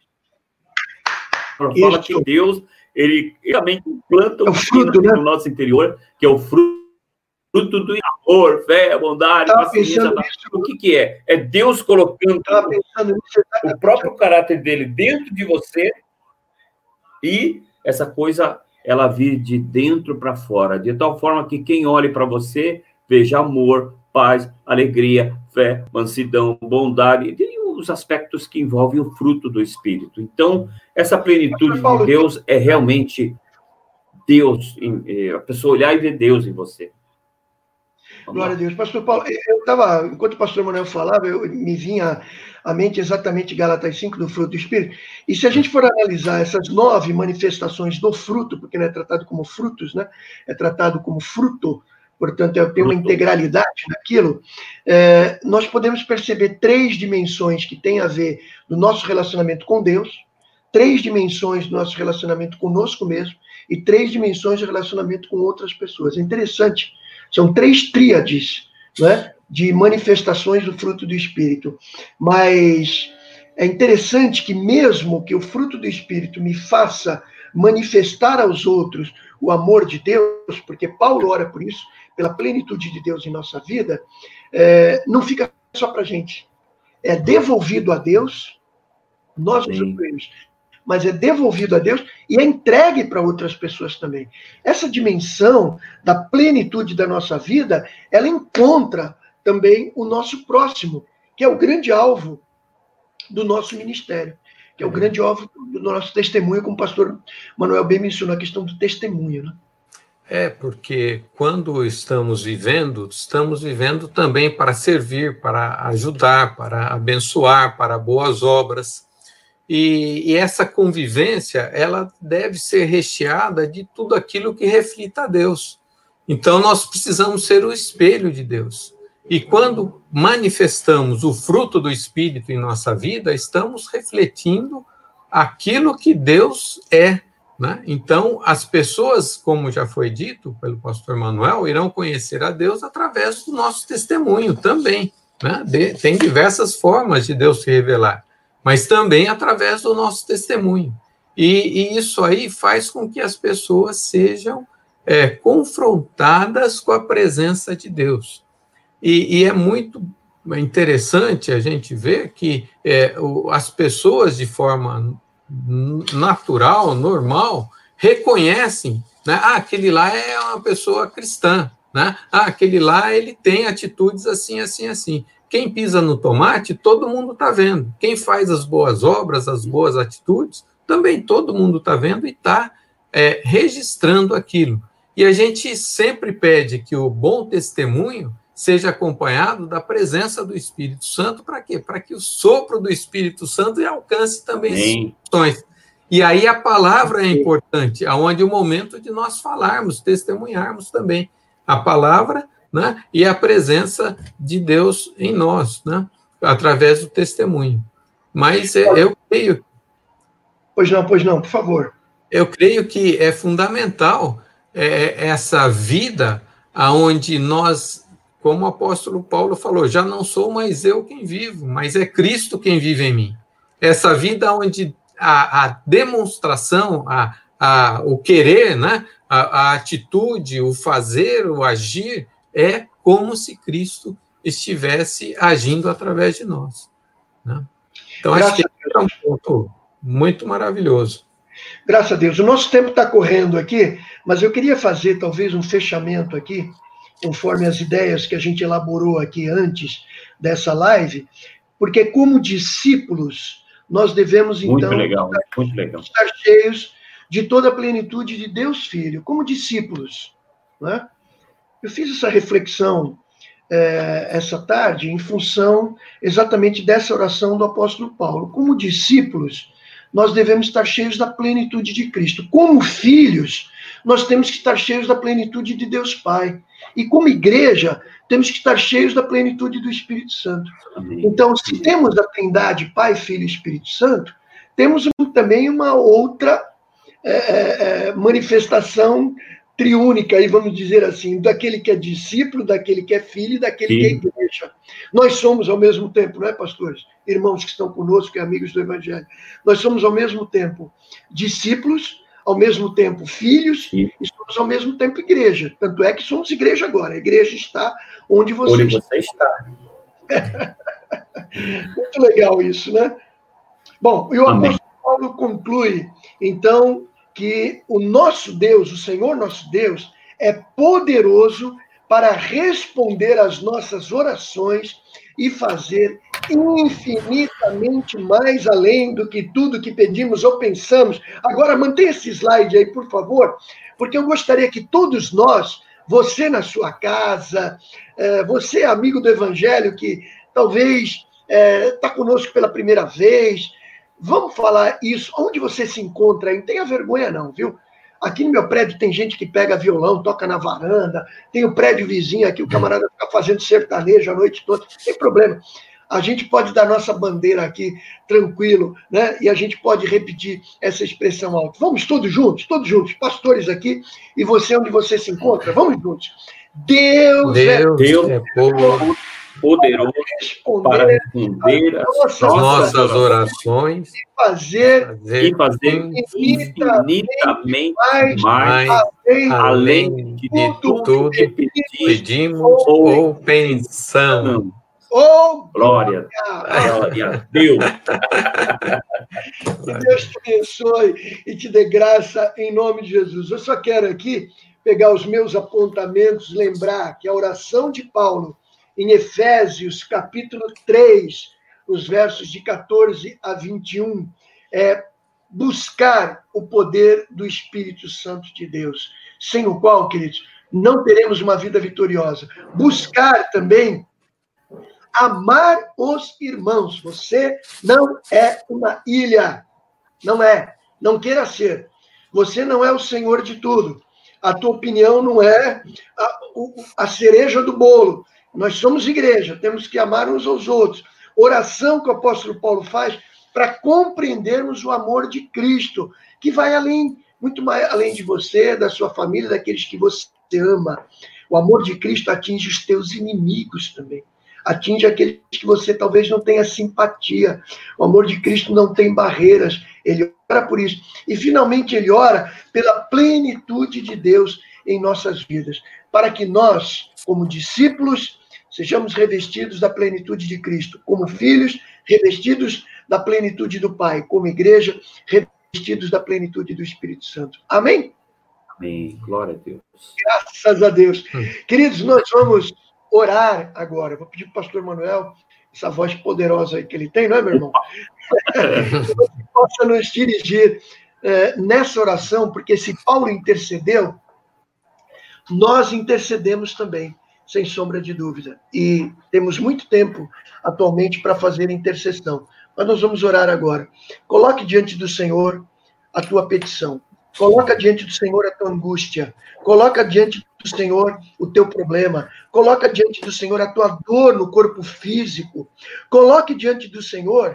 fala que Deus, ele também planta um fruto no nosso interior, que é o fruto do amor, fé, bondade, paciência. O que é? É Deus colocando o próprio caráter dele dentro de você e essa coisa, ela vir de dentro para fora, de tal forma que quem olhe para você veja amor, paz, alegria, fé, mansidão, bondade, e os aspectos que envolvem o fruto do Espírito. Então, essa plenitude de Deus é realmente Deus, a pessoa olhar e ver Deus em você. Glória a Deus. Pastor Paulo, eu estava, enquanto o pastor Manuel falava, me vinha à mente exatamente Gálatas 5, do fruto do Espírito. E se a gente for analisar essas 9 manifestações do fruto, porque não é tratado como frutos, né? É tratado como fruto, portanto, tem uma integralidade naquilo, nós podemos perceber 3 dimensões que têm a ver no nosso relacionamento com Deus, 3 dimensões do nosso relacionamento conosco mesmo, e 3 dimensões de relacionamento com outras pessoas. É interessante, são 3 tríades, né, de manifestações do fruto do Espírito. Mas é interessante que mesmo que o fruto do Espírito me faça manifestar aos outros o amor de Deus, porque Paulo ora por isso, pela plenitude de Deus em nossa vida, não fica só para a gente. É devolvido a Deus, nós usufruímos, mas é devolvido a Deus e é entregue para outras pessoas também. Essa dimensão da plenitude da nossa vida, ela encontra também o nosso próximo, que é o grande alvo do nosso ministério, que é o grande alvo do nosso testemunho, como o pastor Manuel bem mencionou, a questão do testemunho, né? Porque quando estamos vivendo também para servir, para ajudar, para abençoar, para boas obras. E essa convivência, ela deve ser recheada de tudo aquilo que reflita a Deus. Então, nós precisamos ser o espelho de Deus. E quando manifestamos o fruto do Espírito em nossa vida, estamos refletindo aquilo que Deus é, né? Então, as pessoas, como já foi dito pelo pastor Manuel, irão conhecer a Deus através do nosso testemunho também, né? Tem diversas formas de Deus se revelar, mas também através do nosso testemunho. E isso aí faz com que as pessoas sejam confrontadas com a presença de Deus. E é muito interessante a gente ver que as pessoas, de forma natural, normal, reconhecem, né? Aquele lá é uma pessoa cristã, né? Aquele lá ele tem atitudes assim, assim, assim. Quem pisa no tomate, todo mundo está vendo. Quem faz as boas obras, as boas atitudes, também todo mundo está vendo e está registrando aquilo. E a gente sempre pede que o bom testemunho seja acompanhado da presença do Espírito Santo. Para quê? Para que o sopro do Espírito Santo alcance também as situações. E aí a palavra é importante, aonde o momento de nós falarmos, testemunharmos também a palavra, né, e a presença de Deus em nós, né, através do testemunho. Mas eu creio... Pois não, por favor. Eu creio que é fundamental essa vida aonde nós, como o apóstolo Paulo falou, já não sou mais eu quem vivo, mas é Cristo quem vive em mim. Essa vida onde a demonstração, o querer, né, a atitude, o fazer, o agir, é como se Cristo estivesse agindo através de nós, né? Então, acho que é um ponto muito maravilhoso. Graças a Deus. O nosso tempo está correndo aqui, mas eu queria fazer talvez um fechamento aqui, conforme as ideias que a gente elaborou aqui antes dessa live, porque como discípulos, nós devemos, então, estar cheios de toda a plenitude de Deus Filho, como discípulos, né? Eu fiz essa reflexão essa tarde em função exatamente dessa oração do apóstolo Paulo. Como discípulos, nós devemos estar cheios da plenitude de Cristo. Como filhos, nós temos que estar cheios da plenitude de Deus Pai. E como igreja, temos que estar cheios da plenitude do Espírito Santo. Então, se temos a Trindade, Pai, Filho e Espírito Santo, temos também uma outra manifestação triúnica, aí vamos dizer assim, daquele que é discípulo, daquele que é filho e daquele que é igreja. Nós somos ao mesmo tempo, não é, pastores? Irmãos que estão conosco e amigos do Evangelho. Nós somos ao mesmo tempo discípulos, ao mesmo tempo filhos, e somos ao mesmo tempo igreja. Tanto é que somos igreja agora. A igreja está onde você está. Muito legal isso, né? Bom, e o apóstolo Paulo conclui, então, que o nosso Deus, o Senhor nosso Deus, é poderoso para responder às nossas orações e fazer infinitamente mais além do que tudo que pedimos ou pensamos. Agora, mantenha esse slide aí, por favor, porque eu gostaria que todos nós você na sua casa, você amigo do Evangelho que talvez está conosco pela primeira vez. Vamos falar isso. Onde você se encontra aí? Não tenha vergonha não, viu? Aqui no meu prédio tem gente que pega violão, toca na varanda. Tem o prédio vizinho aqui, o camarada fica fazendo sertanejo a noite toda. Não tem problema. A gente pode dar nossa bandeira aqui, tranquilo, né? E a gente pode repetir essa expressão alta. Vamos todos juntos, pastores aqui, e você onde você se encontra, vamos juntos. Deus é poderoso para responder às nossas orações e fazer infinitamente mais além de tudo que pedimos ou pensamos. Oh, glória a Deus. Que Deus te abençoe e te dê graça em nome de Jesus. Eu só quero aqui pegar os meus apontamentos, lembrar que a oração de Paulo em Efésios, capítulo 3, os versos de 14 a 21, é buscar o poder do Espírito Santo de Deus, sem o qual, queridos, não teremos uma vida vitoriosa. Buscar também amar os irmãos. Você não é uma ilha. Não é. Não queira ser. Você não é o senhor de tudo. A tua opinião não é a cereja do bolo. Nós somos igreja. Temos que amar uns aos outros. Oração que o apóstolo Paulo faz para compreendermos o amor de Cristo, que vai além, muito mais além de você, da sua família, daqueles que você ama. O amor de Cristo atinge os teus inimigos também. Atinge aqueles que você talvez não tenha simpatia. O amor de Cristo não tem barreiras. Ele ora por isso. E, finalmente, ele ora pela plenitude de Deus em nossas vidas, para que nós, como discípulos, sejamos revestidos da plenitude de Cristo, como filhos, revestidos da plenitude do Pai, como igreja, revestidos da plenitude do Espírito Santo. Amém? Amém. Glória a Deus. Graças a Deus. Queridos, nós vamos orar agora. Vou pedir para o pastor Manuel, essa voz poderosa aí que ele tem, não é, meu irmão? Que você possa nos dirigir nessa oração, porque se Paulo intercedeu, nós intercedemos também, sem sombra de dúvida. E temos muito tempo atualmente para fazer intercessão. Mas nós vamos orar agora. Coloque diante do Senhor a tua petição. Coloca diante do Senhor a tua angústia. Coloca diante do Senhor o teu problema. Coloca diante do Senhor a tua dor no corpo físico. Coloque diante do Senhor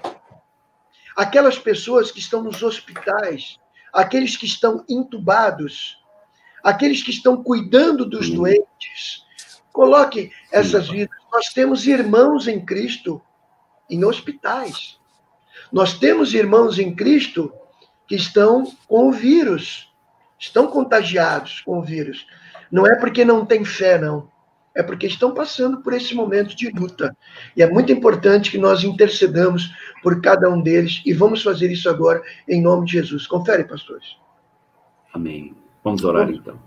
aquelas pessoas que estão nos hospitais, aqueles que estão entubados, aqueles que estão cuidando dos doentes. Coloque essas vidas. Nós temos irmãos em Cristo em hospitais. Nós temos irmãos em Cristo que estão com o vírus, estão contagiados com o vírus. Não é porque não têm fé, não. É porque estão passando por esse momento de luta. E é muito importante que nós intercedamos por cada um deles. E vamos fazer isso agora, em nome de Jesus. Confere, pastores. Amém. Vamos orar, então.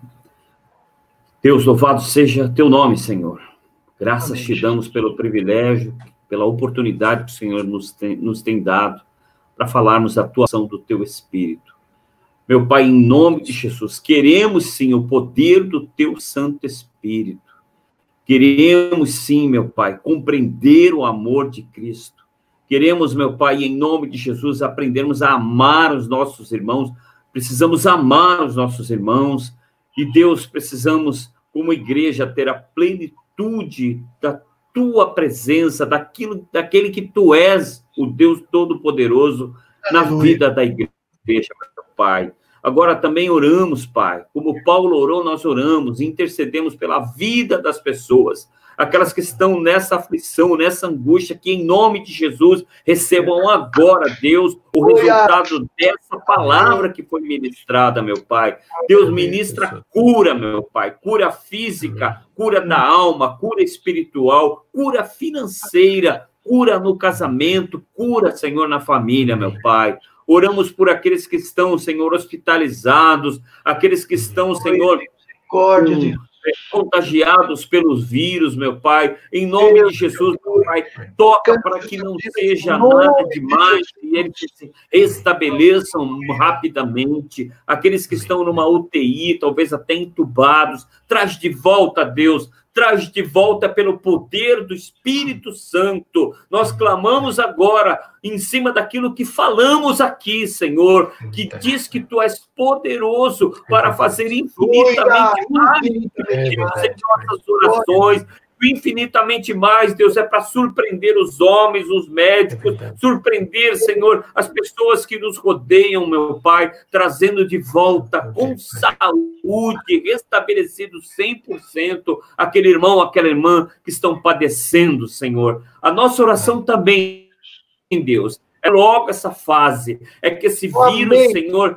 Deus, louvado seja teu nome, Senhor. Graças Amém, te damos pelo privilégio, pela oportunidade que o Senhor nos tem dado para falarmos da atuação do teu Espírito. Meu Pai, em nome de Jesus, queremos sim o poder do teu Santo Espírito. Queremos sim, meu Pai, compreender o amor de Cristo. Queremos, meu Pai, em nome de Jesus, aprendermos a amar os nossos irmãos. Precisamos amar os nossos irmãos. E, Deus, precisamos, como igreja, ter a plenitude da tua presença, daquele que tu és, o Deus Todo-Poderoso, na vida da igreja, meu Pai. Agora também oramos, Pai. Como Paulo orou, nós oramos, intercedemos pela vida das pessoas, aquelas que estão nessa aflição, nessa angústia, que em nome de Jesus recebam agora, Deus, o resultado dessa palavra que foi ministrada, meu Pai. Deus, ministra cura, meu Pai, cura física, cura da alma, cura espiritual, cura financeira, cura no casamento, cura, Senhor, na família, meu Pai. Oramos por aqueles que estão, Senhor, hospitalizados, aqueles que estão, Senhor, contagiados pelos vírus, meu Pai. Em nome de Jesus, meu Pai, toca para que não seja nada demais e eles se restabeleçam rapidamente. Aqueles que estão numa UTI, talvez até entubados, traz de volta, Deus, traz de volta pelo poder do Espírito Santo. Nós clamamos agora em cima daquilo que falamos aqui, Senhor, que diz que Tu és poderoso para fazer infinitamente mais em nossas orações. Infinitamente mais, Deus, é para surpreender os homens, os médicos, surpreender, Senhor, as pessoas que nos rodeiam, meu Pai, trazendo de volta com saúde, restabelecido 100%, aquele irmão, aquela irmã que estão padecendo, Senhor. A nossa oração também, Deus, é logo essa fase, é que esse vírus, Senhor,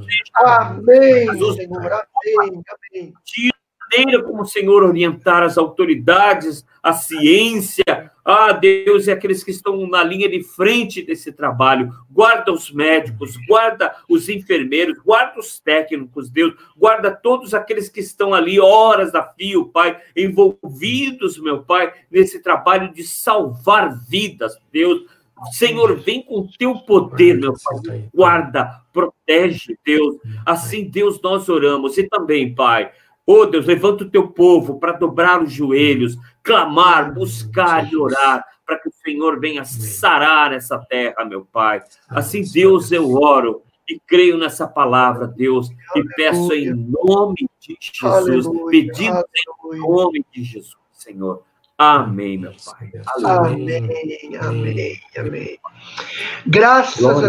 amém, Senhor, amém. Maneira como o Senhor orientar as autoridades, a ciência, Deus, e aqueles que estão na linha de frente desse trabalho, guarda os médicos, guarda os enfermeiros, guarda os técnicos, Deus, guarda todos aqueles que estão ali horas a fio, Pai, envolvidos, meu Pai, nesse trabalho de salvar vidas, Deus. Senhor, vem com o teu poder, meu Pai, guarda, protege, Deus, assim, Deus, nós oramos, e também, Pai, Deus, levanta o teu povo para dobrar os joelhos, clamar, buscar e orar, para que o Senhor venha sarar essa terra, meu Pai. Assim, Deus, eu oro e creio nessa palavra, Deus, e peço em nome de Jesus, pedindo em nome de Jesus, Senhor. Amém, meu Pai. Amém, amém, amém. Graças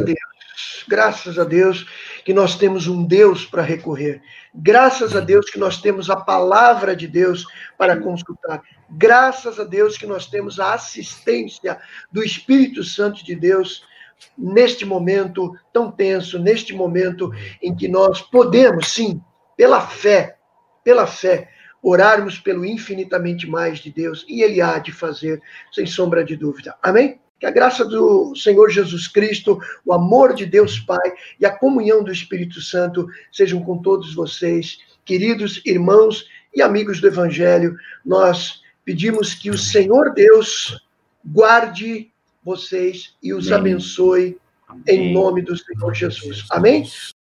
a Deus que nós temos um Deus para recorrer. Graças a Deus que nós temos a palavra de Deus para consultar. Graças a Deus que nós temos a assistência do Espírito Santo de Deus neste momento tão tenso, neste momento em que nós podemos, sim, pela fé, orarmos pelo infinitamente mais de Deus, e Ele há de fazer, sem sombra de dúvida. Amém? Que a graça do Senhor Jesus Cristo, o amor de Deus Pai e a comunhão do Espírito Santo sejam com todos vocês, queridos irmãos e amigos do Evangelho. Nós pedimos que o Senhor Deus guarde vocês e os abençoe em nome do Senhor Jesus. Amém?